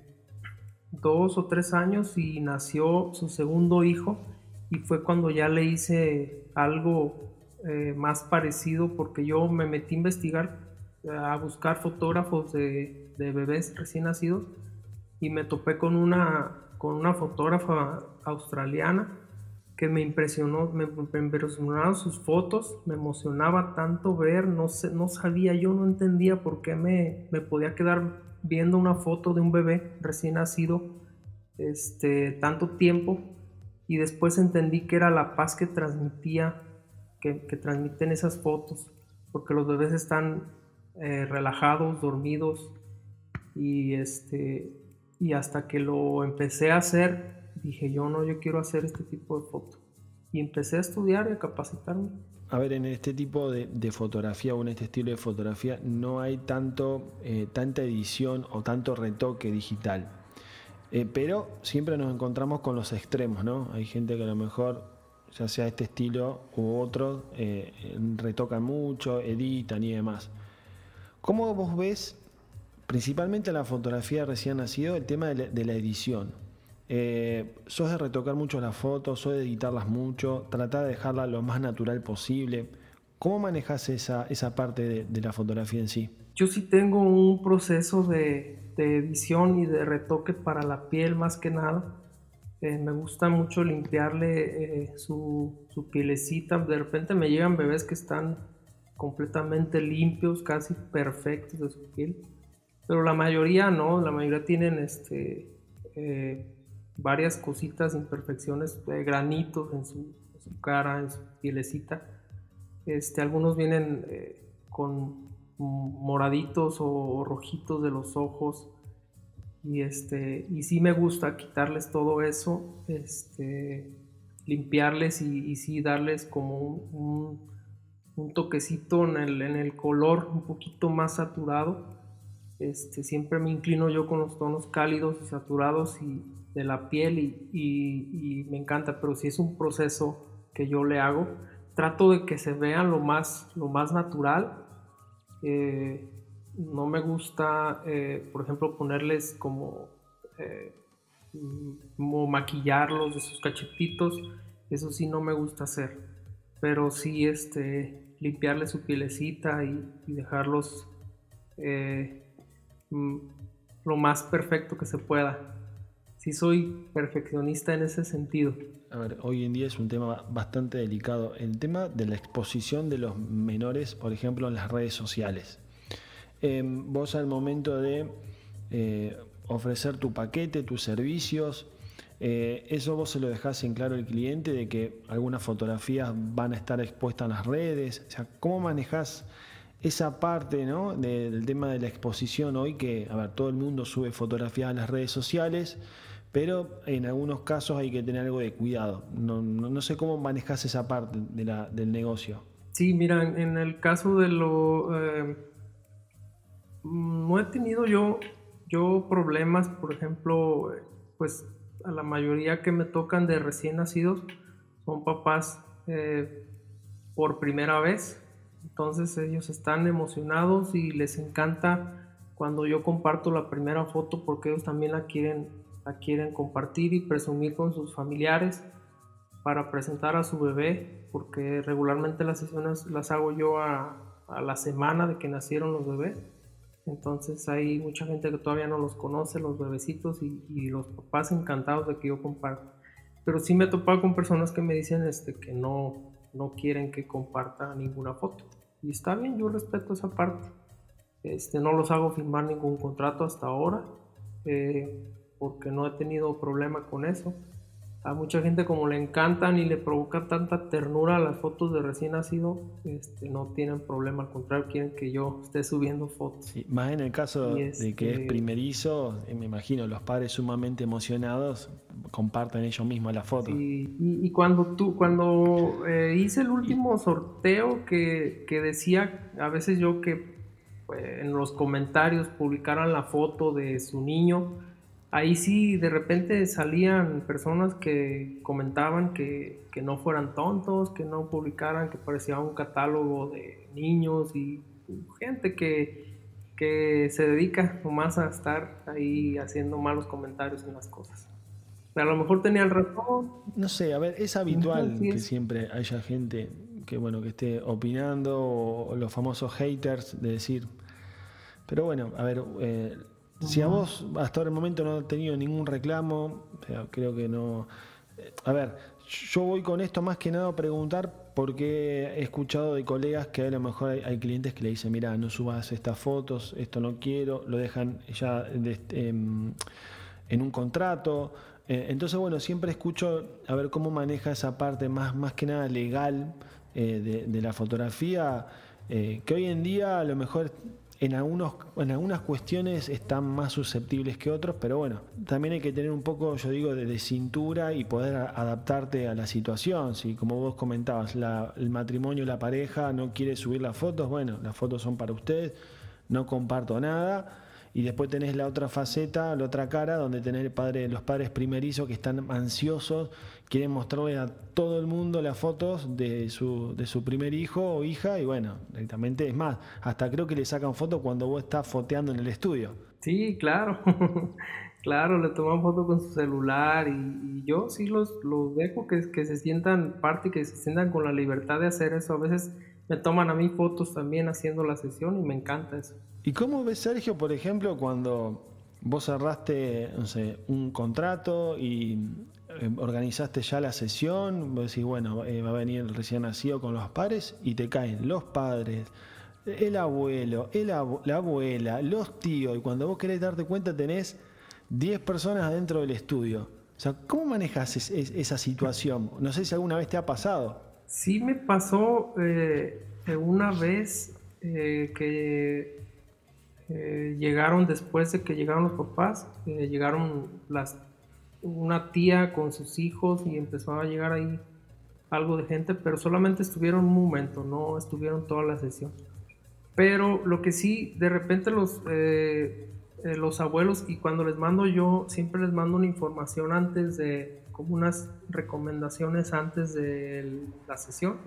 Speaker 2: dos o tres años y nació su segundo hijo y fue cuando ya le hice algo eh, más parecido porque yo me metí a investigar, a buscar fotógrafos de, de bebés recién nacidos y me topé con una, con una fotógrafa australiana que me impresionó, me, me impresionaron sus fotos, me emocionaba tanto ver, no, sé, no sabía, yo no entendía por qué me, me podía quedar viendo una foto de un bebé recién nacido este, tanto tiempo y después entendí que era la paz que transmitía, que, que transmiten esas fotos, porque los bebés están eh, relajados, dormidos y este y hasta que lo empecé a hacer dije yo no, yo quiero hacer este tipo de fotos y empecé a estudiar y a capacitarme.
Speaker 1: A ver, en este tipo de, de fotografía o en este estilo de fotografía no hay tanto, eh, tanta edición o tanto retoque digital. Eh, pero siempre nos encontramos con los extremos, ¿no? Hay gente que a lo mejor, ya sea este estilo u otro, eh, retocan mucho, editan y demás. ¿Cómo vos ves, principalmente en la fotografía recién nacido, el tema de la, de la edición? Eh, ¿Sos de retocar mucho las fotos, sos de editarlas mucho, tratar de dejarla lo más natural posible? ¿Cómo manejas esa, esa parte de, de la fotografía en sí?
Speaker 2: Yo sí tengo un proceso de, de edición y de retoque para la piel más que nada. Eh, me gusta mucho limpiarle eh, su, su pielecita. De repente me llegan bebés que están completamente limpios, casi perfectos de su piel. Pero la mayoría no, la mayoría tienen este, eh, varias cositas, imperfecciones, eh, granitos en su, en su cara, en su pielecita. Este, algunos vienen eh, con moraditos o rojitos de los ojos y este y sí me gusta quitarles todo eso, este, limpiarles y, y sí darles como un, un, un toquecito en el, en el color un poquito más saturado. Este, siempre me inclino yo con los tonos cálidos y saturados y de la piel y, y, y me encanta, pero si es un proceso que yo le hago, trato de que se vean lo más, lo más natural. Eh, no me gusta, eh, por ejemplo, ponerles como, eh, como maquillarlos de sus cachetitos, eso sí no me gusta hacer, pero sí este, limpiarles su pielecita y, y dejarlos eh, lo más perfecto que se pueda. Sí soy perfeccionista en ese sentido.
Speaker 1: A ver, hoy en día es un tema bastante delicado. El tema de la exposición de los menores, por ejemplo, en las redes sociales. Eh, vos al momento de eh, ofrecer tu paquete, tus servicios, eh, eso vos se lo dejás en claro al cliente de que algunas fotografías van a estar expuestas en las redes. O sea, ¿cómo manejás esa parte, ¿no? de, del tema de la exposición hoy? Que, a ver, todo el mundo sube fotografías a las redes sociales, pero en algunos casos hay que tener algo de cuidado. No, no, no sé cómo manejás esa parte de la, del negocio.
Speaker 2: Sí, mira, en el caso de lo... Eh, no he tenido yo, yo problemas, por ejemplo, eh, pues a la mayoría que me tocan de recién nacidos son papás eh, por primera vez, entonces ellos están emocionados y les encanta cuando yo comparto la primera foto porque ellos también la quieren, la quieren compartir y presumir con sus familiares para presentar a su bebé, porque regularmente las sesiones las hago yo a, a la semana de que nacieron los bebés. Entonces hay mucha gente que todavía no los conoce, los bebecitos, y, y los papás encantados de que yo comparta. Pero sí me he topado con personas que me dicen este, que no, no quieren que comparta ninguna foto. Y está bien, yo respeto esa parte. Este, no los hago firmar ningún contrato hasta ahora, eh, porque no he tenido problema con eso. a mucha gente como le encantan y le provoca tanta ternura a las fotos de recién nacido, este, no tienen problema, al contrario, quieren que yo esté subiendo fotos.
Speaker 1: Sí, más en el caso
Speaker 2: Y
Speaker 1: de que es
Speaker 2: este,
Speaker 1: primerizo, eh, me imagino los padres sumamente emocionados comparten ellos mismos las fotos.
Speaker 2: sí, y, y cuando tú, cuando eh, hice el
Speaker 1: Y,
Speaker 2: último sorteo que, que decía, a veces yo que pues, en los comentarios publicaran la foto de su niño, ahí sí de repente salían personas que comentaban que, que no fueran tontos, que no publicaran, que parecía un catálogo de niños y gente que, que se dedica nomás a estar ahí haciendo malos comentarios en las cosas. A lo mejor tenían razón.
Speaker 1: no sé, a ver, es
Speaker 2: Ujú,
Speaker 1: habitual
Speaker 2: sí
Speaker 1: que
Speaker 2: es.
Speaker 1: siempre haya gente que, bueno, que esté opinando o, o los famosos haters de decir, pero bueno, a ver, eh, si a
Speaker 2: Ujú.
Speaker 1: vos hasta ahora el momento no has tenido ningún reclamo, o sea, creo que no. eh, A ver, yo voy con esto más que nada a preguntar porque he escuchado de colegas que a lo mejor hay, hay clientes que le dicen, mira, no subas estas fotos, esto no quiero, lo dejan ya de- em, en un contrato. Eh, entonces, bueno, siempre escucho a ver cómo maneja esa parte más, más que nada legal eh, de, de la fotografía, eh, que hoy en día a lo mejor en, algunos, en algunas cuestiones están más susceptibles que otros, pero bueno, también hay que tener un poco, yo digo, de, de cintura y poder a- adaptarte a la situación. Si, como vos comentabas, la, el matrimonio, la pareja no quiere subir las fotos, bueno, las fotos son para ustedes, no comparto nada. Y después tenés la otra faceta, la otra cara, donde tenés padre, los padres primerizos que están ansiosos, quieren mostrarle a todo el mundo las fotos de su, de su primer hijo o hija, y bueno, directamente es más, hasta creo que le sacan fotos cuando vos estás foteando en el estudio.
Speaker 2: Sí, claro. Claro, le toman foto con su celular y, y yo sí los, los dejo que, que se sientan parte, que se sientan con la libertad de hacer eso. A veces me toman a mí fotos también haciendo la sesión y me encanta eso.
Speaker 1: ¿Y cómo ves, Sergio, por ejemplo, cuando vos cerraste, no sé, un contrato y eh, organizaste ya la sesión? Vos decís, bueno, eh, va a venir el recién nacido con los padres y te caen los padres, el abuelo, el abu- la abuela, los tíos, y cuando vos querés darte cuenta tenés diez personas adentro del estudio. O sea, ¿cómo manejas es- es- esa situación? No sé si alguna vez te ha pasado.
Speaker 2: Sí me pasó eh, eh, una vez eh, que eh, llegaron después de que llegaron los papás, eh, llegaron las, una tía con sus hijos y empezó a llegar ahí algo de gente, pero solamente estuvieron un momento, no estuvieron toda la sesión. Pero lo que sí, de repente los, eh, eh, los abuelos, y cuando les mando yo, siempre les mando una información antes de, como unas recomendaciones antes de la sesión.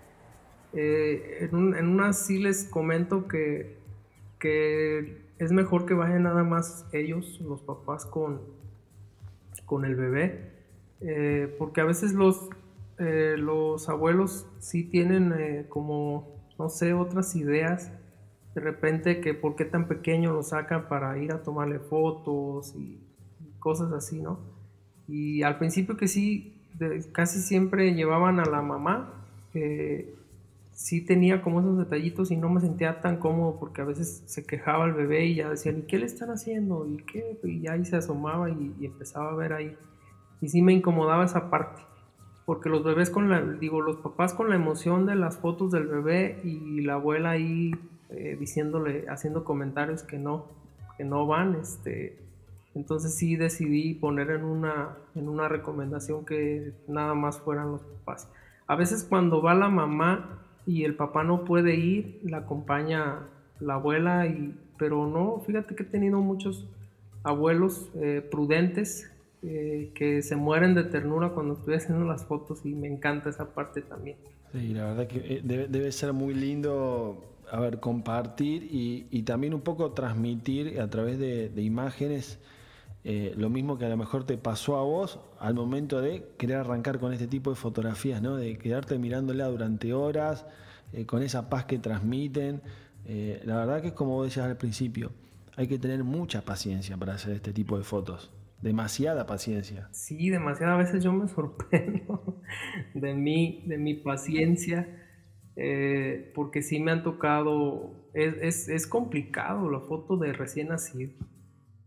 Speaker 2: Eh, en, un, en unas sí les comento que, que es mejor que vayan nada más ellos, los papás, con, con el bebé, eh, porque a veces los, eh, los abuelos sí tienen eh, como, no sé, otras ideas, de repente que por qué tan pequeño lo sacan para ir a tomarle fotos y, y cosas así, ¿no? Y al principio que sí, de, casi siempre llevaban a la mamá, eh, sí tenía como esos detallitos y no me sentía tan cómodo porque a veces se quejaba el bebé y ya decían, ¿y qué le están haciendo? ¿Y qué? Y ya ahí se asomaba y, y empezaba a ver ahí. Y sí me incomodaba esa parte, porque los bebés con la, digo, los papás con la emoción de las fotos del bebé y la abuela ahí eh, diciéndole, haciendo comentarios que no, que no van, este, entonces sí decidí poner en una, en una recomendación que nada más fueran los papás. A veces cuando va la mamá y el papá no puede ir, la acompaña la abuela, y, pero no, fíjate que he tenido muchos abuelos eh, prudentes eh, que se mueren de ternura cuando estoy haciendo las fotos y me encanta esa parte también.
Speaker 1: Sí, la verdad que eh, debe, debe ser muy lindo, a ver, compartir y, y también un poco transmitir a través de, de imágenes eh, lo mismo que a lo mejor te pasó a vos al momento de querer arrancar con este tipo de fotografías, ¿no? De quedarte mirándola durante horas, eh, con esa paz que transmiten. Eh, la verdad que es como vos decías al principio, hay que tener mucha paciencia para hacer este tipo de fotos, demasiada paciencia.
Speaker 2: Sí, demasiadas veces yo me sorprendo de mí, de mi paciencia, eh, porque sí me han tocado, es, es, es complicado la foto de recién nacido.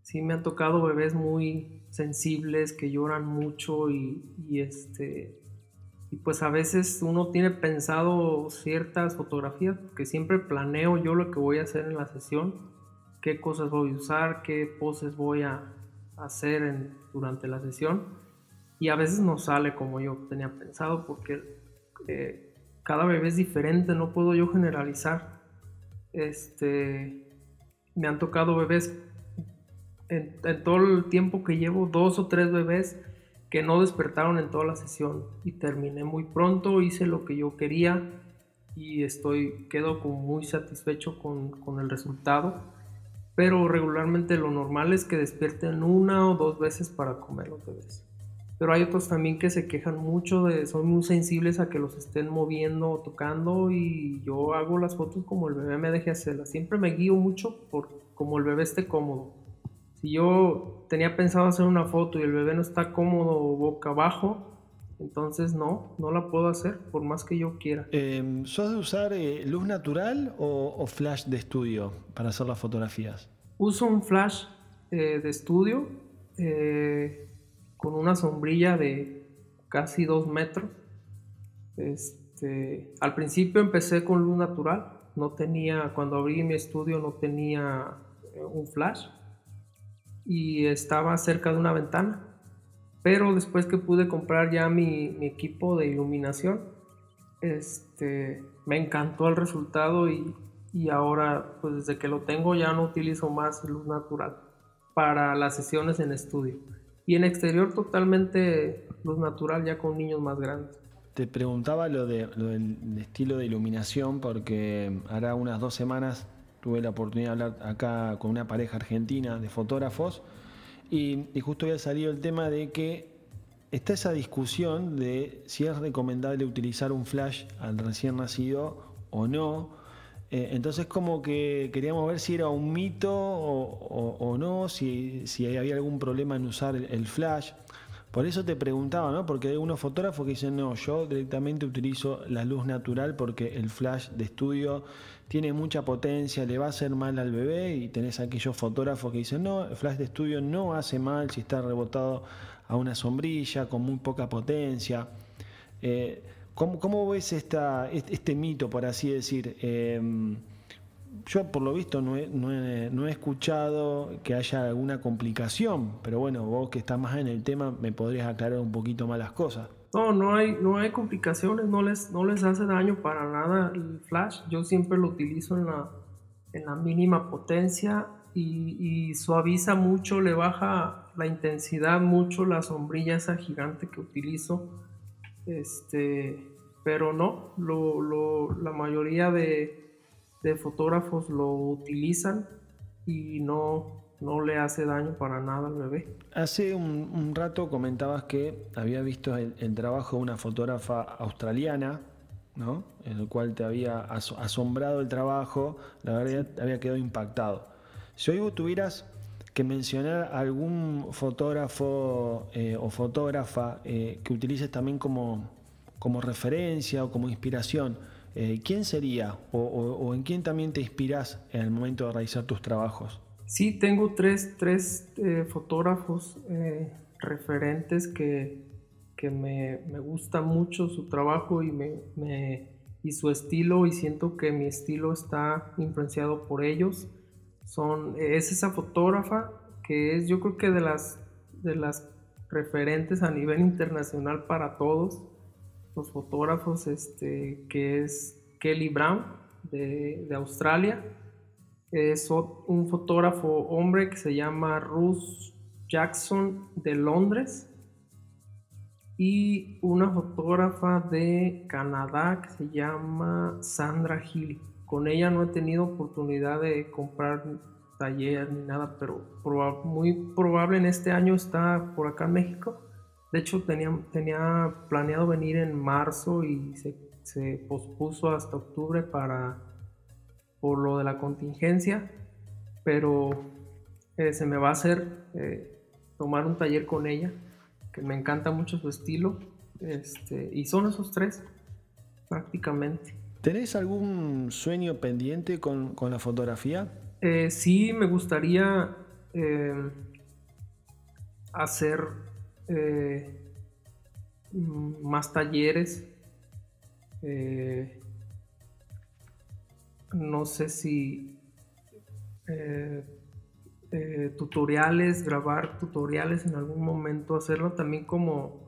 Speaker 2: sí me han tocado bebés muy sensibles que lloran mucho y, y este y pues a veces uno tiene pensado ciertas fotografías porque siempre planeo yo lo que voy a hacer en la sesión, qué cosas voy a usar, qué poses voy a hacer en, durante la sesión, y a veces no sale como yo tenía pensado porque eh, cada bebé es diferente, no puedo yo generalizar. Este, me han tocado bebés en, en todo el tiempo que llevo, dos o tres bebés que no despertaron en toda la sesión y terminé muy pronto, hice lo que yo quería y estoy, quedo como muy satisfecho con, con el resultado, pero regularmente lo normal es que despierten una o dos veces para comer los bebés. Pero hay otros también que se quejan mucho, de, son muy sensibles a que los estén moviendo o tocando, y yo hago las fotos como el bebé me deje hacerlas. Siempre me guío mucho por como el bebé esté cómodo. Si yo tenía pensado hacer una foto y el bebé no está cómodo boca abajo, entonces no, no la puedo hacer por más que yo quiera.
Speaker 1: Eh, ¿Sos de usar eh, luz natural o, o flash de estudio para hacer las fotografías?
Speaker 2: Uso un flash eh, de estudio eh, con una sombrilla de casi dos metros. Este, al principio empecé con luz natural, no tenía, cuando abrí mi estudio no tenía eh, un flash y estaba cerca de una ventana, pero después que pude comprar ya mi, mi equipo de iluminación, este, me encantó el resultado y, y ahora pues desde que lo tengo ya no utilizo más luz natural para las sesiones en estudio, y en exterior totalmente luz natural ya con niños más grandes.
Speaker 1: Te preguntaba lo, de, lo del estilo de iluminación porque hará unas dos semanas tuve la oportunidad de hablar acá con una pareja argentina de fotógrafos y, y justo había salido el tema de que está esa discusión de si es recomendable utilizar un flash al recién nacido o no. Eh, entonces como que queríamos ver si era un mito o, o, o no, si, si había algún problema en usar el, el flash. Por eso te preguntaba, ¿no? Porque hay algunos fotógrafos que dicen, no, yo directamente utilizo la luz natural porque el flash de estudio tiene mucha potencia, le va a hacer mal al bebé, y tenés aquellos fotógrafos que dicen, no, el flash de estudio no hace mal si está rebotado a una sombrilla con muy poca potencia. Eh, ¿cómo, ¿Cómo ves esta, este mito, por así decir? Eh, yo por lo visto no he, no, he, no he escuchado que haya alguna complicación, pero bueno, vos que estás más en el tema me podrías aclarar un poquito más las cosas.
Speaker 2: No, no hay, no hay complicaciones, no les, no les hace daño para nada el flash. Yo siempre lo utilizo en la, en la mínima potencia y, y suaviza mucho, le baja la intensidad mucho la sombrilla esa gigante que utilizo. Este, pero no, lo, lo, la mayoría de, de fotógrafos lo utilizan y no, no le hace daño para nada al bebé.
Speaker 1: Hace un, un rato comentabas que había visto el, el trabajo de una fotógrafa australiana, ¿no? En el cual te había as, asombrado el trabajo, la verdad sí. Había quedado impactado. Si hoy vos tuvieras que mencionar algún fotógrafo eh, o fotógrafa eh, que utilices también como, como referencia o como inspiración, eh, ¿quién sería? O, o, ¿O en quién también te inspirás en el momento de realizar tus trabajos?
Speaker 2: Sí, tengo tres, tres eh, fotógrafos eh, referentes que, que me, me gusta mucho su trabajo y, me, me, y su estilo, y siento que mi estilo está influenciado por ellos. Son, es esa fotógrafa que es, yo creo que de las, de las referentes a nivel internacional para todos los fotógrafos, este, que es Kelly Brown de, de Australia. Es un fotógrafo hombre que se llama Russ Jackson de Londres, y una fotógrafa de Canadá que se llama Sandra Hill. Con ella no he tenido oportunidad de comprar taller ni nada, pero proba- muy probable en este año está por acá en México. De hecho tenía, tenía planeado venir en marzo y se, se pospuso hasta octubre para, por lo de la contingencia, pero eh, se me va a hacer eh, tomar un taller con ella, que me encanta mucho su estilo, este, y son esos tres prácticamente.
Speaker 1: ¿Tenés algún sueño pendiente con, con la fotografía?
Speaker 2: Eh, sí, me gustaría eh, hacer eh, más talleres. Eh, no sé si eh, eh, tutoriales, grabar tutoriales en algún momento, hacerlo también como,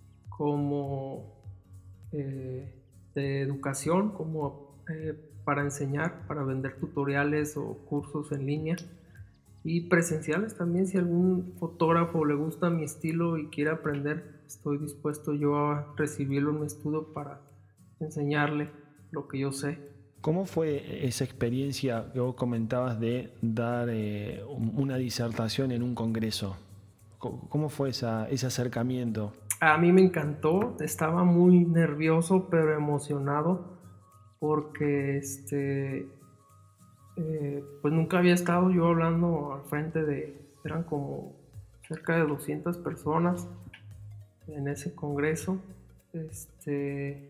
Speaker 2: como eh, de educación, como eh, para enseñar, para vender tutoriales o cursos en línea. Y presenciales también, si algún fotógrafo le gusta mi estilo y quiere aprender, estoy dispuesto yo a recibirlo en mi estudio para enseñarle lo que yo sé.
Speaker 1: ¿Cómo fue esa experiencia que vos comentabas de dar eh, una disertación en un congreso? ¿Cómo fue esa, ese acercamiento?
Speaker 2: A mí me encantó, estaba muy nervioso pero emocionado porque este, eh, pues nunca había estado yo hablando al frente de, eran como cerca de doscientas personas en ese congreso. Este,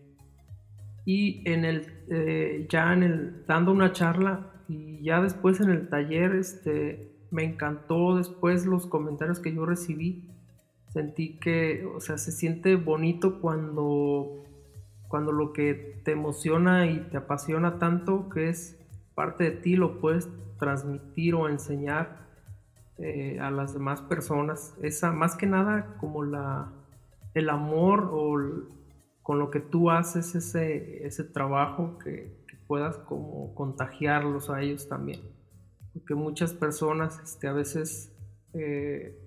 Speaker 2: y en el, eh, ya en el, dando una charla y ya después en el taller, este, me encantó después los comentarios que yo recibí. Sentí que, o sea, se siente bonito cuando, cuando lo que te emociona y te apasiona tanto, que es parte de ti, lo puedes transmitir o enseñar eh, a las demás personas. Esa, más que nada, como la, el amor o el, con lo que tú haces ese, ese trabajo, que, que puedas como contagiarlos a ellos también. Porque muchas personas este, a veces eh,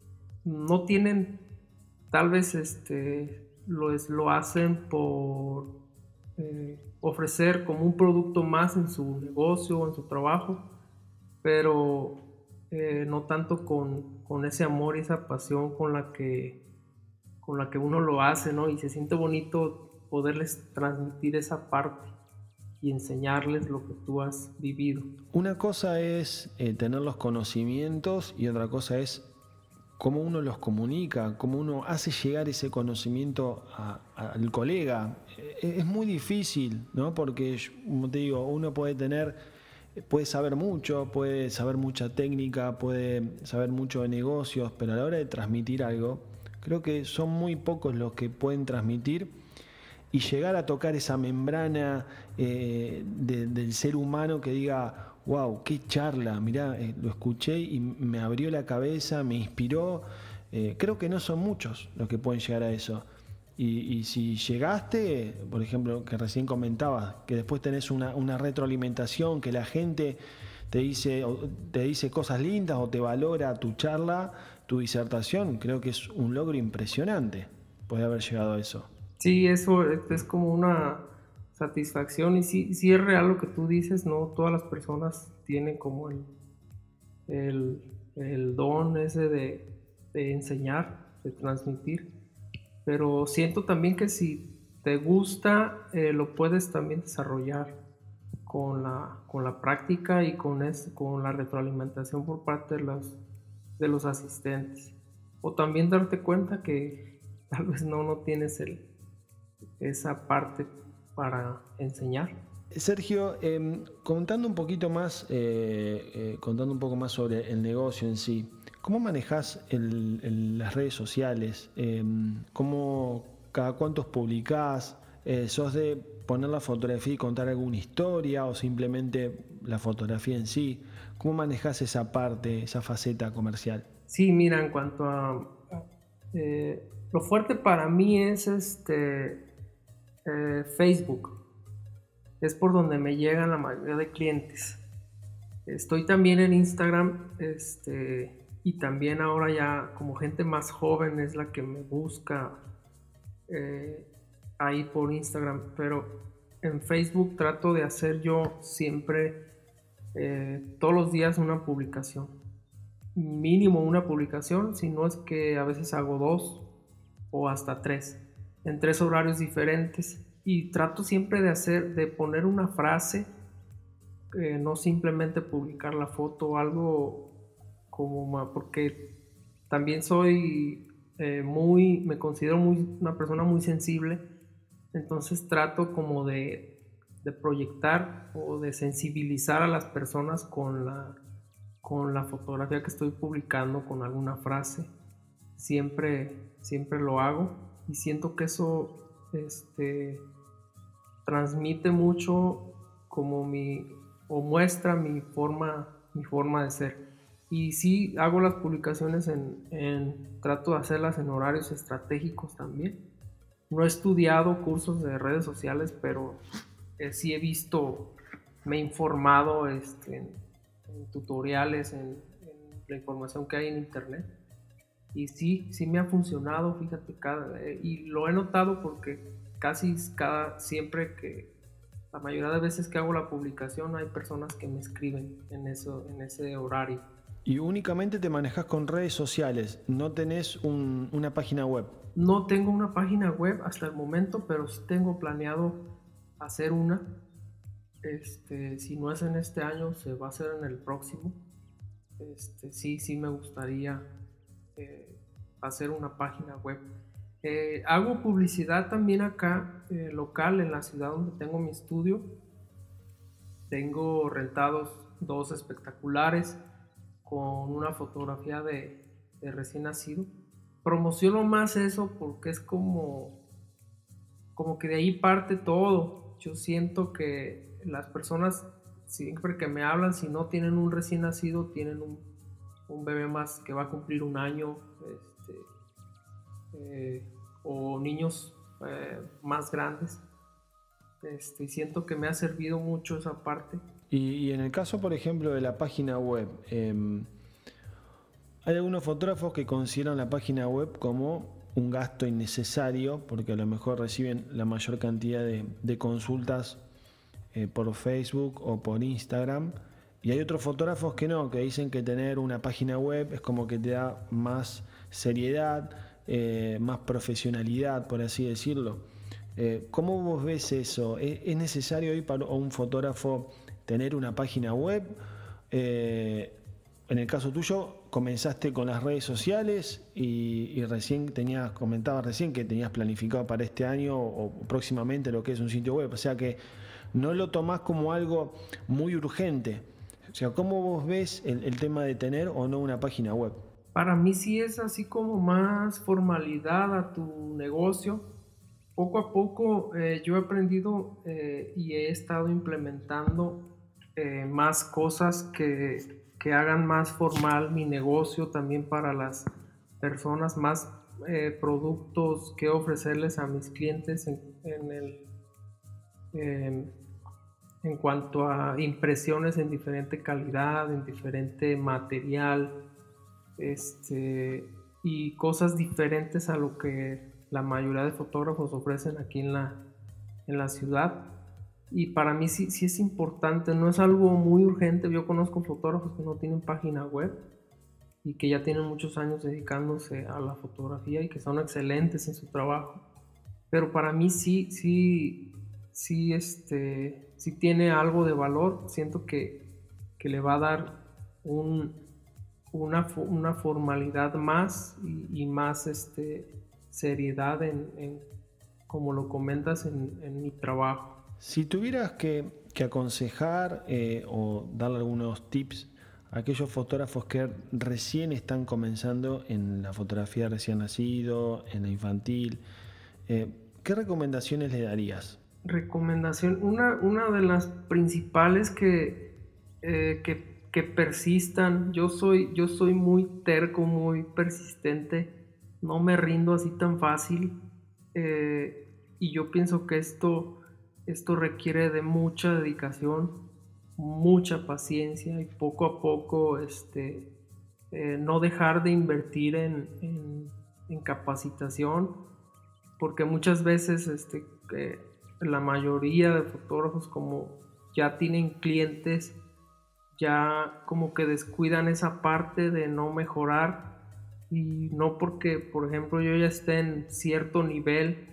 Speaker 2: no tienen, tal vez este, lo, es, lo hacen por eh, ofrecer como un producto más en su negocio o en su trabajo, pero eh, no tanto con, con ese amor y esa pasión con la que con la que uno lo hace, ¿no? Y se siente bonito poderles transmitir esa parte y enseñarles lo que tú has vivido.
Speaker 1: Una cosa es eh, tener los conocimientos y otra cosa es cómo uno los comunica, cómo uno hace llegar ese conocimiento a, a, al colega. Eh, es muy difícil, ¿no? Porque, como te digo, uno puede tener, puede saber mucho, puede saber mucha técnica, puede saber mucho de negocios, pero a la hora de transmitir algo, creo que son muy pocos los que pueden transmitir y llegar a tocar esa membrana eh, de, del ser humano que diga, wow, qué charla, mirá, eh, lo escuché y me abrió la cabeza, me inspiró. Eh, creo que no son muchos los que pueden llegar a eso. Y, y si llegaste, por ejemplo, que recién comentabas, que después tenés una, una retroalimentación, que la gente te dice, te dice cosas lindas o te valora tu charla, tu disertación, creo que es un logro impresionante poder haber llegado a eso.
Speaker 2: Sí, eso es como una satisfacción y sí, sí es real lo que tú dices, no todas las personas tienen como el, el, el don ese de, de enseñar, de transmitir, pero siento también que si te gusta, eh, lo puedes también desarrollar con la, con la práctica y con, es, con la retroalimentación por parte de los, de los asistentes. O también darte cuenta que tal vez no, no tienes el, esa parte para enseñar.
Speaker 1: Sergio, eh, contando un poquito más, eh, eh, contando un poco más sobre el negocio en sí, ¿cómo manejas el, el, las redes sociales? Eh, ¿Cómo, cada cuántos publicás? Eh, ¿Sos de poner la fotografía y contar alguna historia o simplemente la fotografía en sí? ¿Cómo manejas esa parte, esa faceta comercial?
Speaker 2: Sí, mira, en cuanto a eh, lo fuerte para mí es este eh, Facebook. Es por donde me llegan la mayoría de clientes. Estoy también en Instagram, este, y también ahora ya como gente más joven es la que me busca eh, ahí por Instagram, pero en Facebook trato de hacer yo siempre eh, todos los días una publicación, mínimo una publicación, si no es que a veces hago dos o hasta tres, en tres horarios diferentes. Y trato siempre de hacer, de poner una frase, eh, no simplemente publicar la foto o algo como, porque también soy eh, muy, me considero muy, una persona muy sensible, entonces trato como de, de proyectar o de sensibilizar a las personas con la, con la fotografía que estoy publicando, con alguna frase. Siempre, siempre lo hago y siento que eso este, transmite mucho como mi, o muestra mi forma, mi forma de ser. Y sí, hago las publicaciones en, en, trato de hacerlas en horarios estratégicos también. No he estudiado cursos de redes sociales, pero eh, sí he visto, me he informado este, en, en tutoriales, en, en la información que hay en internet. Y sí, sí me ha funcionado, fíjate, cada, eh, y lo he notado porque casi cada, siempre que, la mayoría de veces que hago la publicación hay personas que me escriben en, eso, en ese horario.
Speaker 1: Y únicamente te manejas con redes sociales, no tenés un, una página web.
Speaker 2: No tengo una página web hasta el momento, pero sí tengo planeado hacer una. Este, si no es en este año, se va a hacer en el próximo. Este, sí, sí me gustaría eh, hacer una página web. Eh, hago publicidad también acá, eh, local, en la ciudad donde tengo mi estudio. Tengo rentados dos espectaculares con una fotografía de, de recién nacido. Promociono más eso porque es como, como que de ahí parte todo. Yo siento que las personas siempre que me hablan, si no tienen un recién nacido, tienen un, un bebé más que va a cumplir un año, este, eh, o niños eh, más grandes. Este, siento que me ha servido mucho esa parte.
Speaker 1: Y, y en el caso, por ejemplo, de la página web, eh, hay algunos fotógrafos que consideran la página web como un gasto innecesario porque a lo mejor reciben la mayor cantidad de, de consultas eh, por Facebook o por Instagram. Y hay otros fotógrafos que no, que dicen que tener una página web es como que te da más seriedad, eh, más profesionalidad, por así decirlo. Eh, ¿Cómo vos ves eso? ¿Es, es necesario hoy para un fotógrafo tener una página web? Eh, en el caso tuyo, comenzaste con las redes sociales y, y recién tenías, comentabas recién que tenías planificado para este año o próximamente lo que es un sitio web. O sea que no lo tomás como algo muy urgente. O sea, ¿cómo vos ves el, el tema de tener o no una página web?
Speaker 2: Para mí sí es así como más formalidad a tu negocio. Poco a poco eh, yo he aprendido eh, y he estado implementando eh, más cosas que, que hagan más formal mi negocio también para las personas, más eh, productos que ofrecerles a mis clientes en, en el... Eh, en cuanto a impresiones en diferente calidad, en diferente material, este, y cosas diferentes a lo que la mayoría de fotógrafos ofrecen aquí en la, en la ciudad. Y para mí sí, sí es importante, no es algo muy urgente. Yo conozco fotógrafos que no tienen página web y que ya tienen muchos años dedicándose a la fotografía y que son excelentes en su trabajo. Pero para mí sí, sí, sí, este, sí tiene algo de valor. Siento que, que le va a dar un, una, una formalidad más y, y más este, seriedad en, en, como lo comentas, en, en mi trabajo.
Speaker 1: Si tuvieras que, que aconsejar eh, o darle algunos tips a aquellos fotógrafos que recién están comenzando en la fotografía recién nacido, en la infantil, eh, ¿qué recomendaciones le darías?
Speaker 2: Recomendación, una, una de las principales que, eh, que, que persistan. Yo soy, yo soy muy terco, muy persistente, no me rindo así tan fácil, eh, y yo pienso que esto, esto requiere de mucha dedicación, mucha paciencia y poco a poco este, eh, no dejar de invertir en, en, en capacitación, porque muchas veces este, eh, la mayoría de fotógrafos como ya tienen clientes, ya como que descuidan esa parte de no mejorar, y no porque por ejemplo yo ya esté en cierto nivel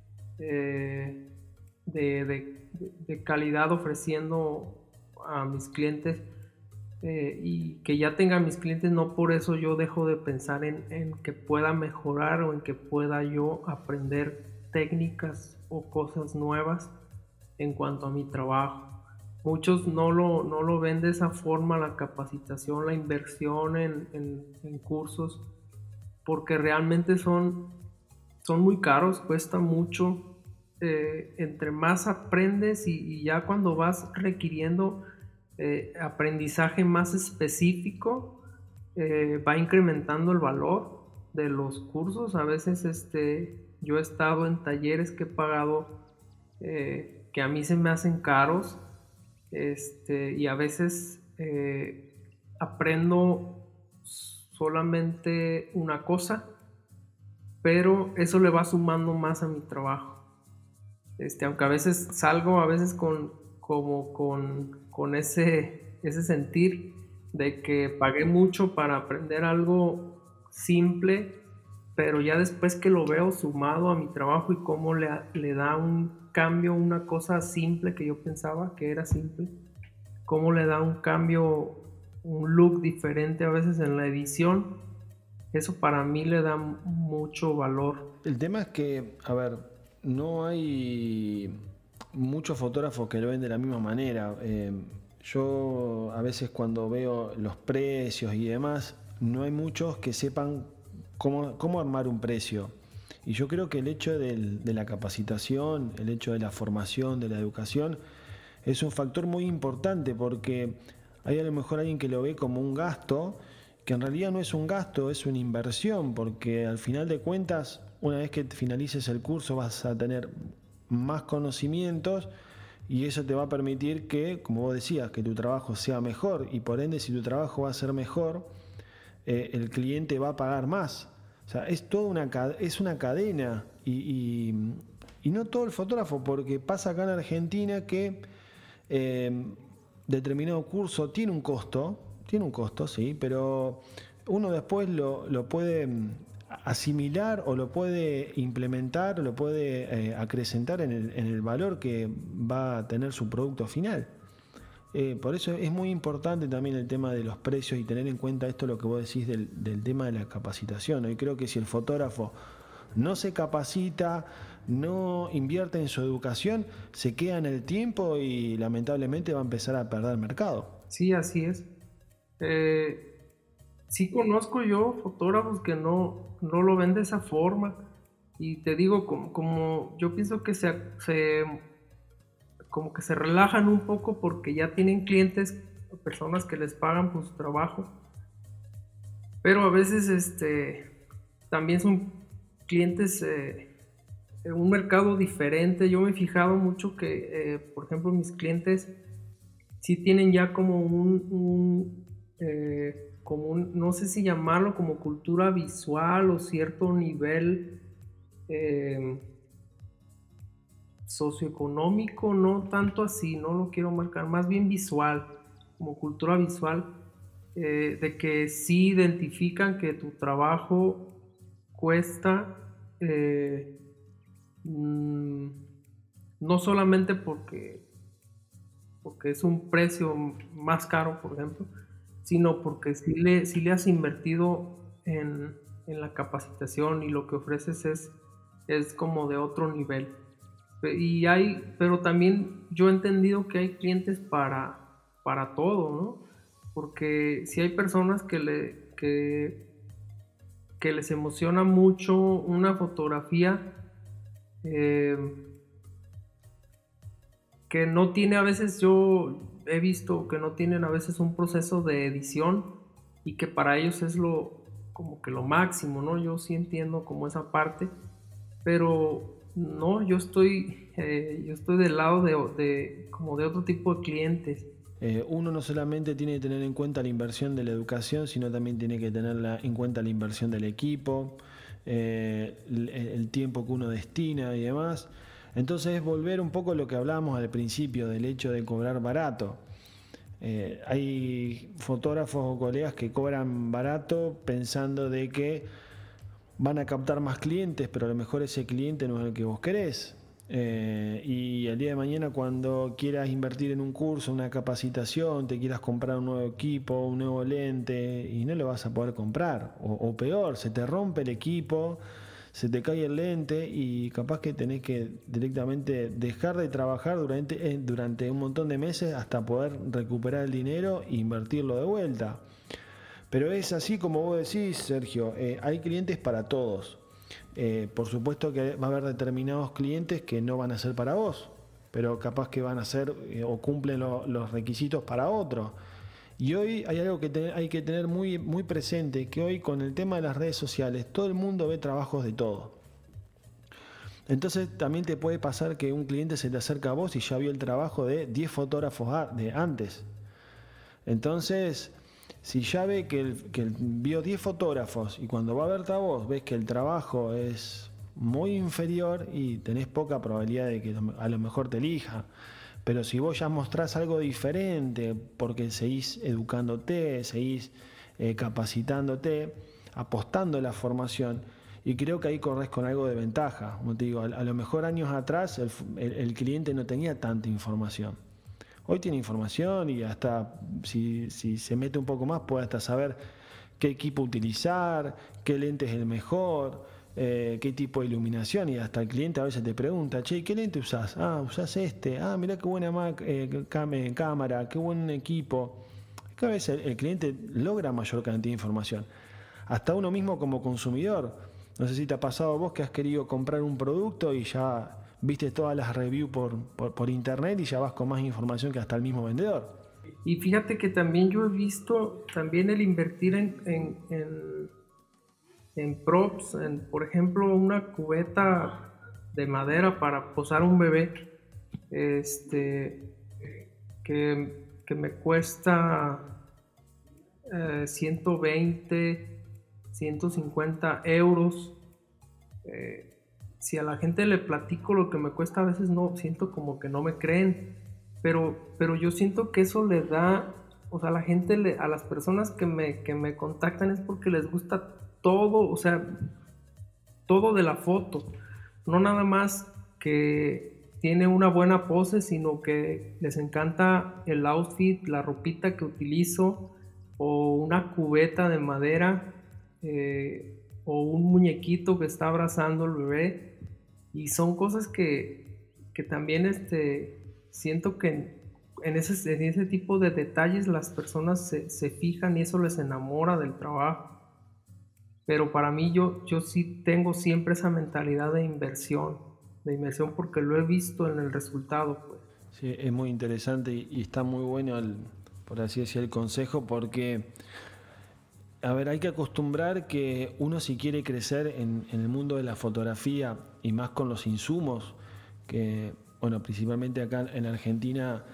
Speaker 2: eh, de, de, de calidad ofreciendo a mis clientes, eh, y que ya tenga mis clientes, no por eso yo dejo de pensar en, en que pueda mejorar o en que pueda yo aprender técnicas o cosas nuevas en cuanto a mi trabajo. muchos no lo, no lo ven de esa forma, la capacitación, la inversión en, en, en cursos, porque realmente son, son muy caros, cuesta mucho. Eh, entre más aprendes y, y ya cuando vas requiriendo eh, aprendizaje más específico, eh, va incrementando el valor de los cursos. A veces este, yo he estado en talleres que he pagado eh, que a mí se me hacen caros, este, y a veces eh, aprendo solamente una cosa, pero eso le va sumando más a mi trabajo. Este, aunque a veces salgo a veces con, como con, con ese, ese sentir de que pagué mucho para aprender algo simple, pero ya después que lo veo sumado a mi trabajo y cómo le, le da un cambio, una cosa simple que yo pensaba que era simple, cómo le da un cambio, un look diferente a veces en la edición, eso para mí le da mucho valor.
Speaker 1: El tema es que, a ver, no hay muchos fotógrafos que lo ven de la misma manera. Eh, yo a veces cuando veo los precios y demás, no hay muchos que sepan cómo, cómo armar un precio. Y yo creo que el hecho del, de la capacitación, el hecho de la formación, de la educación, es un factor muy importante porque hay a lo mejor alguien que lo ve como un gasto, que en realidad no es un gasto, es una inversión, porque al final de cuentas, una vez que finalices el curso vas a tener más conocimientos y eso te va a permitir que, como vos decías, que tu trabajo sea mejor y por ende si tu trabajo va a ser mejor, eh, el cliente va a pagar más. O sea, es toda una, es una cadena y, y, y no todo el fotógrafo, porque pasa acá en Argentina que eh, determinado curso tiene un costo, tiene un costo, sí, pero uno después lo, lo puede asimilar o lo puede implementar o lo puede eh, acrecentar en el, en el valor que va a tener su producto final. Eh, por eso es muy importante también el tema de los precios y tener en cuenta esto lo que vos decís del, del tema de la capacitación, ¿no? Y creo que si el fotógrafo no se capacita, no invierte en su educación, se queda en el tiempo y lamentablemente va a empezar a perder mercado.
Speaker 2: Sí, así es. Eh, sí conozco yo fotógrafos que no, no lo ven de esa forma. Y te digo, como, como yo pienso que se, se, como que se relajan un poco porque ya tienen clientes, personas que les pagan por su trabajo. Pero a veces este, también son clientes, eh, un mercado diferente. Yo me he fijado mucho que, eh, por ejemplo, mis clientes sí tienen ya como un, un eh, como un, no sé si llamarlo como cultura visual o cierto nivel eh, socioeconómico, no tanto así, no lo quiero marcar, más bien visual, como cultura visual, eh, de que sí identifican que tu trabajo cuesta, eh, mmm, no solamente porque porque es un precio más caro, por ejemplo, sino porque si le, si le has invertido en, en la capacitación y lo que ofreces es, es como de otro nivel. Y hay, pero también yo he entendido que hay clientes para, para todo, ¿no? Porque si hay personas que, le, que, que les emociona mucho una fotografía, eh, que no tiene a veces, yo he visto que no tienen a veces un proceso de edición y que para ellos es lo como que lo máximo, ¿no? Yo sí entiendo como esa parte, pero no, yo estoy eh, yo estoy del lado de, de como de otro tipo de clientes.
Speaker 1: Eh, uno no solamente tiene que tener en cuenta la inversión de la educación, sino también tiene que tener la, en cuenta la inversión del equipo, eh, el, el tiempo que uno destina y demás. Entonces es volver un poco a lo que hablábamos al principio del hecho de cobrar barato. Eh, hay fotógrafos o colegas que cobran barato pensando de que van a captar más clientes, pero a lo mejor ese cliente no es el que vos querés. Eh, y el día de mañana cuando quieras invertir en un curso, una capacitación, te quieras comprar un nuevo equipo, un nuevo lente y no lo vas a poder comprar. O, o peor, se te rompe el equipo, se te cae el lente y capaz que tenés que directamente dejar de trabajar durante, eh, durante un montón de meses hasta poder recuperar el dinero e invertirlo de vuelta. Pero es así como vos decís, Sergio, eh, hay clientes para todos. Eh, por supuesto que va a haber determinados clientes que no van a ser para vos, pero capaz que van a ser eh, o cumplen lo, los requisitos para otro. Y hoy hay algo que te, hay que tener muy, muy presente, que hoy con el tema de las redes sociales todo el mundo ve trabajos de todo. Entonces también te puede pasar que un cliente se te acerca a vos y ya vio el trabajo de diez fotógrafos de antes. Entonces, si ya ve que, el, que el, vio diez fotógrafos y cuando va a verte a vos ves que el trabajo es muy inferior y tenés poca probabilidad de que a lo mejor te elija. Pero si vos ya mostrás algo diferente, porque seguís educándote, seguís eh, capacitándote, apostando en la formación, y creo que ahí corres con algo de ventaja. Como te digo, a, a lo mejor años atrás el, el, el cliente no tenía tanta información. Hoy tiene información y hasta si, si se mete un poco más puede hasta saber qué equipo utilizar, qué lente es el mejor, eh, qué tipo de iluminación, y hasta el cliente a veces te pregunta, che, ¿qué lente usás? Ah, usás este, ah, mirá qué buena Mac, eh, cámara, qué buen equipo. Cada vez el, el cliente logra mayor cantidad de información. Hasta uno mismo como consumidor, no sé si te ha pasado a vos que has querido comprar un producto y ya viste todas las reviews por, por, por internet y ya vas con más información que hasta el mismo vendedor.
Speaker 2: Y fíjate que también yo he visto también el invertir en, en, en, en props, en, por ejemplo, una cubeta de madera para posar un bebé, este, que, que me cuesta eh, ciento veinte, ciento cincuenta euros. Eh, si a la gente le platico lo que me cuesta, a veces no, siento como que no me creen. Pero, pero yo siento que eso le da, o sea, a la gente, le, a las personas que me, que me contactan es porque les gusta todo, o sea, todo de la foto. No nada más que tiene una buena pose, sino que les encanta el outfit, la ropita que utilizo, o una cubeta de madera, eh, o un muñequito que está abrazando al bebé. Y son cosas que, que también este... siento que en ese, en ese tipo de detalles las personas se, se fijan y eso les enamora del trabajo. Pero para mí yo, yo sí tengo siempre esa mentalidad de inversión, de inversión porque lo he visto en el resultado, pues.
Speaker 1: Sí, es muy interesante y, y está muy bueno, el, por así decir, el consejo, porque, a ver, hay que acostumbrar que uno si quiere crecer en, en el mundo de la fotografía y más con los insumos, que bueno, principalmente acá en Argentina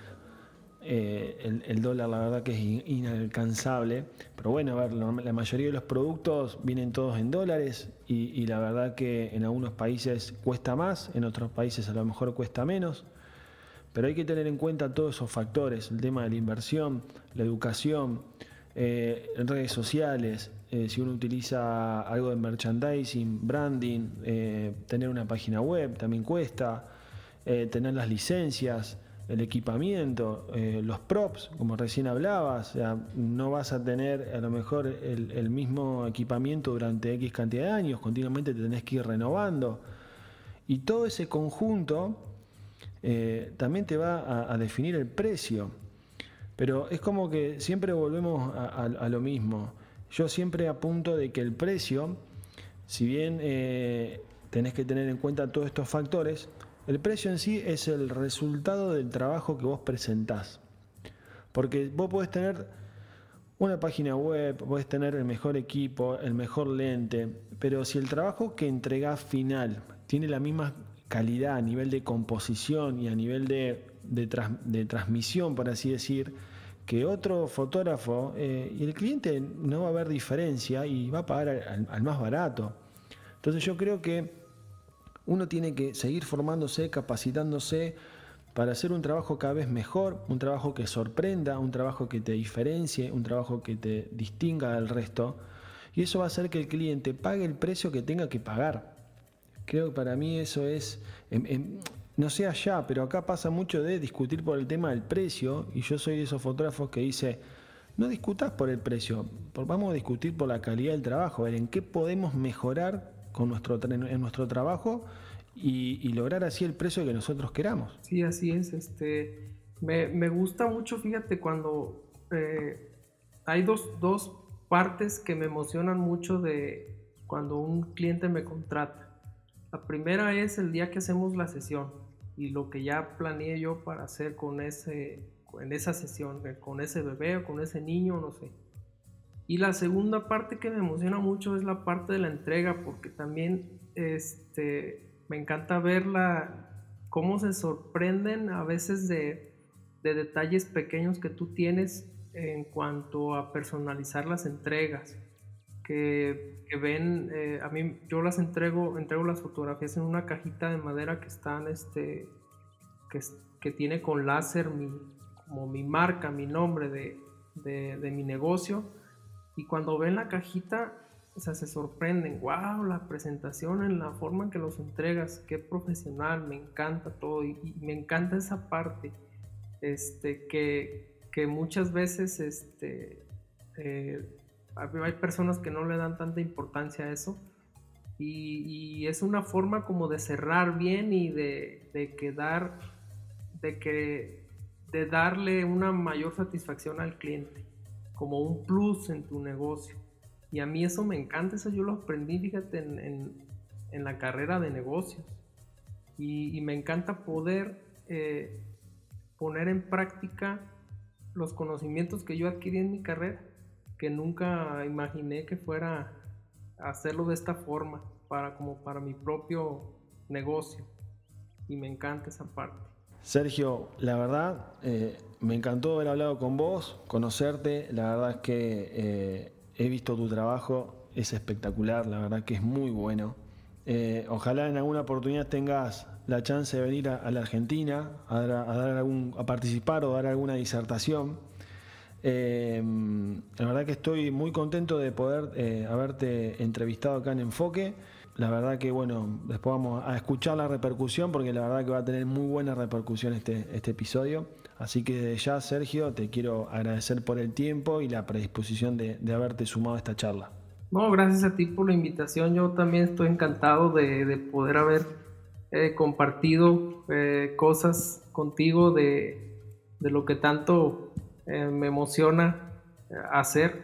Speaker 1: eh, el, el dólar la verdad que es inalcanzable, pero bueno, a ver, la, la mayoría de los productos vienen todos en dólares y, y la verdad que en algunos países cuesta más, en otros países a lo mejor cuesta menos, pero hay que tener en cuenta todos esos factores, el tema de la inversión, la educación, eh, redes sociales, eh, si uno utiliza algo de merchandising, branding, eh, tener una página web también cuesta. Eh, tener las licencias, el equipamiento, eh, los props, como recién hablabas, o sea, no vas a tener a lo mejor el, el mismo equipamiento durante X cantidad de años, continuamente te tenés que ir renovando. Y todo ese conjunto eh, también te va a, a definir el precio. Pero es como que siempre volvemos a, a, a lo mismo. Yo siempre apunto de que el precio, si bien eh, tenés que tener en cuenta todos estos factores, el precio en sí es el resultado del trabajo que vos presentás. Porque vos podés tener una página web, podés tener el mejor equipo, el mejor lente, pero si el trabajo que entregás final tiene la misma calidad a nivel de composición y a nivel de, de, tras, de transmisión, por así decir, que otro fotógrafo, eh, y el cliente no va a ver diferencia y va a pagar al, al más barato. Entonces yo creo que uno tiene que seguir formándose, capacitándose para hacer un trabajo cada vez mejor, un trabajo que sorprenda, un trabajo que te diferencie, un trabajo que te distinga del resto. Y eso va a hacer que el cliente pague el precio que tenga que pagar. Creo que para mí eso es, en, en, no sé allá, pero acá pasa mucho de discutir por el tema del precio. Y yo soy de esos fotógrafos que dice, no discutás por el precio, vamos a discutir por la calidad del trabajo, a ver en qué podemos mejorar con nuestro, en nuestro trabajo y, y lograr así el precio que nosotros queramos.
Speaker 2: Sí, así es. Este, me, me gusta mucho, fíjate, cuando eh, hay dos, dos partes que me emocionan mucho de cuando un cliente me contrata. La primera es el día que hacemos la sesión y lo que ya planeé yo para hacer con ese, en esa sesión, con ese bebé o con ese niño, no sé. Y la segunda parte que me emociona mucho es la parte de la entrega, porque también este, me encanta verla, cómo se sorprenden a veces de, de detalles pequeños que tú tienes en cuanto a personalizar las entregas. Que, que ven, eh, a mí yo las entrego, entrego las fotografías en una cajita de madera que están, este, que, que tiene con láser mi, como mi marca, mi nombre de, de, de mi negocio. Y cuando ven la cajita, o sea, se sorprenden. Wow, la presentación, en la forma en que los entregas, qué profesional, me encanta todo. Y, y me encanta esa parte, este, que, que muchas veces, este, eh, hay personas que no le dan tanta importancia a eso. Y, y es una forma como de cerrar bien y de, de quedar, de que, de darle una mayor satisfacción al cliente, como un plus en tu negocio. Y a mí eso me encanta, eso yo lo aprendí, fíjate, en, en, en la carrera de negocios. Y, y me encanta poder eh, poner en práctica los conocimientos que yo adquirí en mi carrera, que nunca imaginé que fuera a hacerlo de esta forma, para, como para mi propio negocio. Y me encanta esa parte.
Speaker 1: Sergio, la verdad, eh, me encantó haber hablado con vos, conocerte. La verdad es que eh, he visto tu trabajo, es espectacular, la verdad que es muy bueno. Eh, ojalá en alguna oportunidad tengas la chance de venir a, a la Argentina a, dar, a, dar algún, a participar o dar alguna disertación. Eh, la verdad que estoy muy contento de poder eh, haberte entrevistado acá en Enfoque. La verdad que bueno, después vamos a escuchar la repercusión porque la verdad que va a tener muy buena repercusión este, este episodio. Así que desde ya, Sergio, te quiero agradecer por el tiempo y la predisposición de, de haberte sumado a esta charla.
Speaker 2: No, gracias a ti por la invitación. Yo también estoy encantado de, de poder haber eh, compartido eh, cosas contigo de, de lo que tanto eh, me emociona eh, hacer.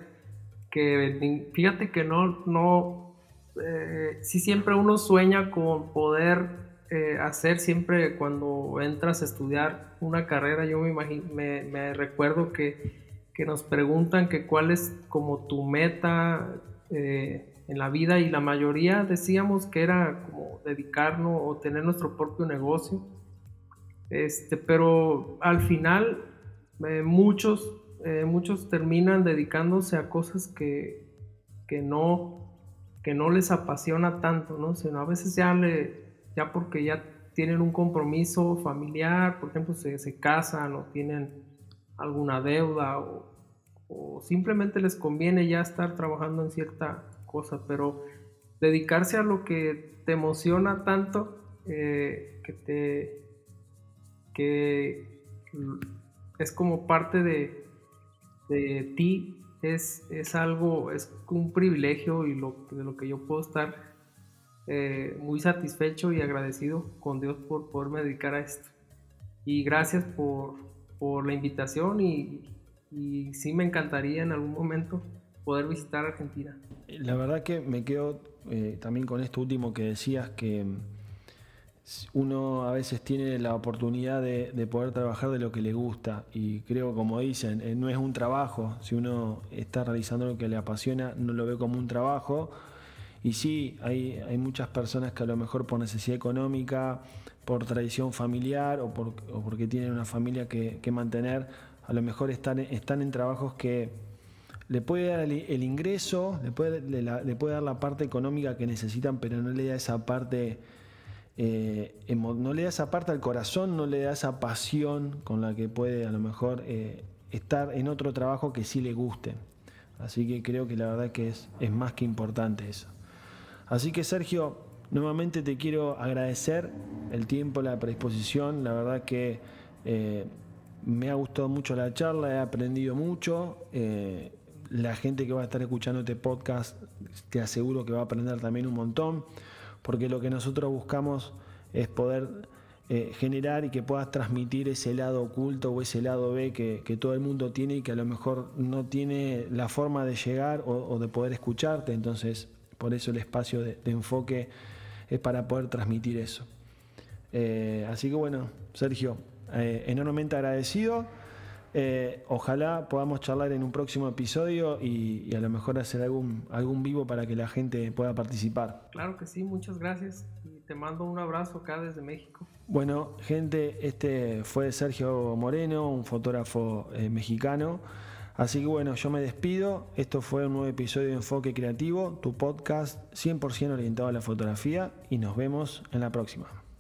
Speaker 2: Que fíjate que no, no, eh, sí siempre uno sueña con poder eh, hacer siempre cuando entras a estudiar una carrera. Yo me imagino, me, me recuerdo que, que nos preguntan que cuál es como tu meta eh, en la vida, y la mayoría decíamos que era como dedicarnos o tener nuestro propio negocio. Este, pero al final eh, muchos, eh, muchos terminan dedicándose a cosas que, que, no, que no les apasiona tanto, ¿no? Sino a veces ya, le, ya porque ya tienen un compromiso familiar, por ejemplo, se, se casan o tienen alguna deuda o, o simplemente les conviene ya estar trabajando en cierta cosa, pero dedicarse a lo que te emociona tanto, eh, que te que es como parte de, de ti, es, es algo, es un privilegio, y lo, de lo que yo puedo estar eh, muy satisfecho y agradecido con Dios por poderme dedicar a esto. Y gracias por, por la invitación, y, y sí me encantaría en algún momento poder visitar Argentina.
Speaker 1: La verdad que me quedo eh, también con esto último que decías, que uno a veces tiene la oportunidad de, de poder trabajar de lo que le gusta, y creo, como dicen, eh, no es un trabajo. Si uno está realizando lo que le apasiona, no lo ve como un trabajo. Y sí, hay, hay muchas personas que a lo mejor por necesidad económica, por tradición familiar o, por, o porque tienen una familia que, que mantener, a lo mejor están, están en trabajos que le puede dar el, el ingreso, le puede, le, le puede dar la parte económica que necesitan, pero no le da esa parte... Eh, no le da esa parte al corazón, no le da esa pasión con la que puede a lo mejor eh, estar en otro trabajo que sí le guste. Así que creo que la verdad que es, es más que importante eso. Así que, Sergio, nuevamente te quiero agradecer el tiempo, la predisposición. La verdad que eh, me ha gustado mucho la charla, he aprendido mucho. Eh, la gente que va a estar escuchando este podcast, te aseguro que va a aprender también un montón, porque lo que nosotros buscamos es poder eh, generar y que puedas transmitir ese lado oculto o ese lado B que, que todo el mundo tiene y que a lo mejor no tiene la forma de llegar o, o de poder escucharte. Entonces, por eso el espacio de, de enfoque es para poder transmitir eso. Eh, así que bueno, Sergio, eh, enormemente agradecido. Eh, ojalá podamos charlar en un próximo episodio y, y a lo mejor hacer algún, algún vivo para que la gente pueda participar.
Speaker 2: Claro que sí, muchas gracias y te mando un abrazo acá desde México.
Speaker 1: Bueno, gente, este fue Sergio Moreno, un fotógrafo eh, mexicano. Así que bueno, yo me despido. Esto fue un nuevo episodio de Enfoque Creativo, tu podcast cien por ciento orientado a la fotografía, y nos vemos en la próxima.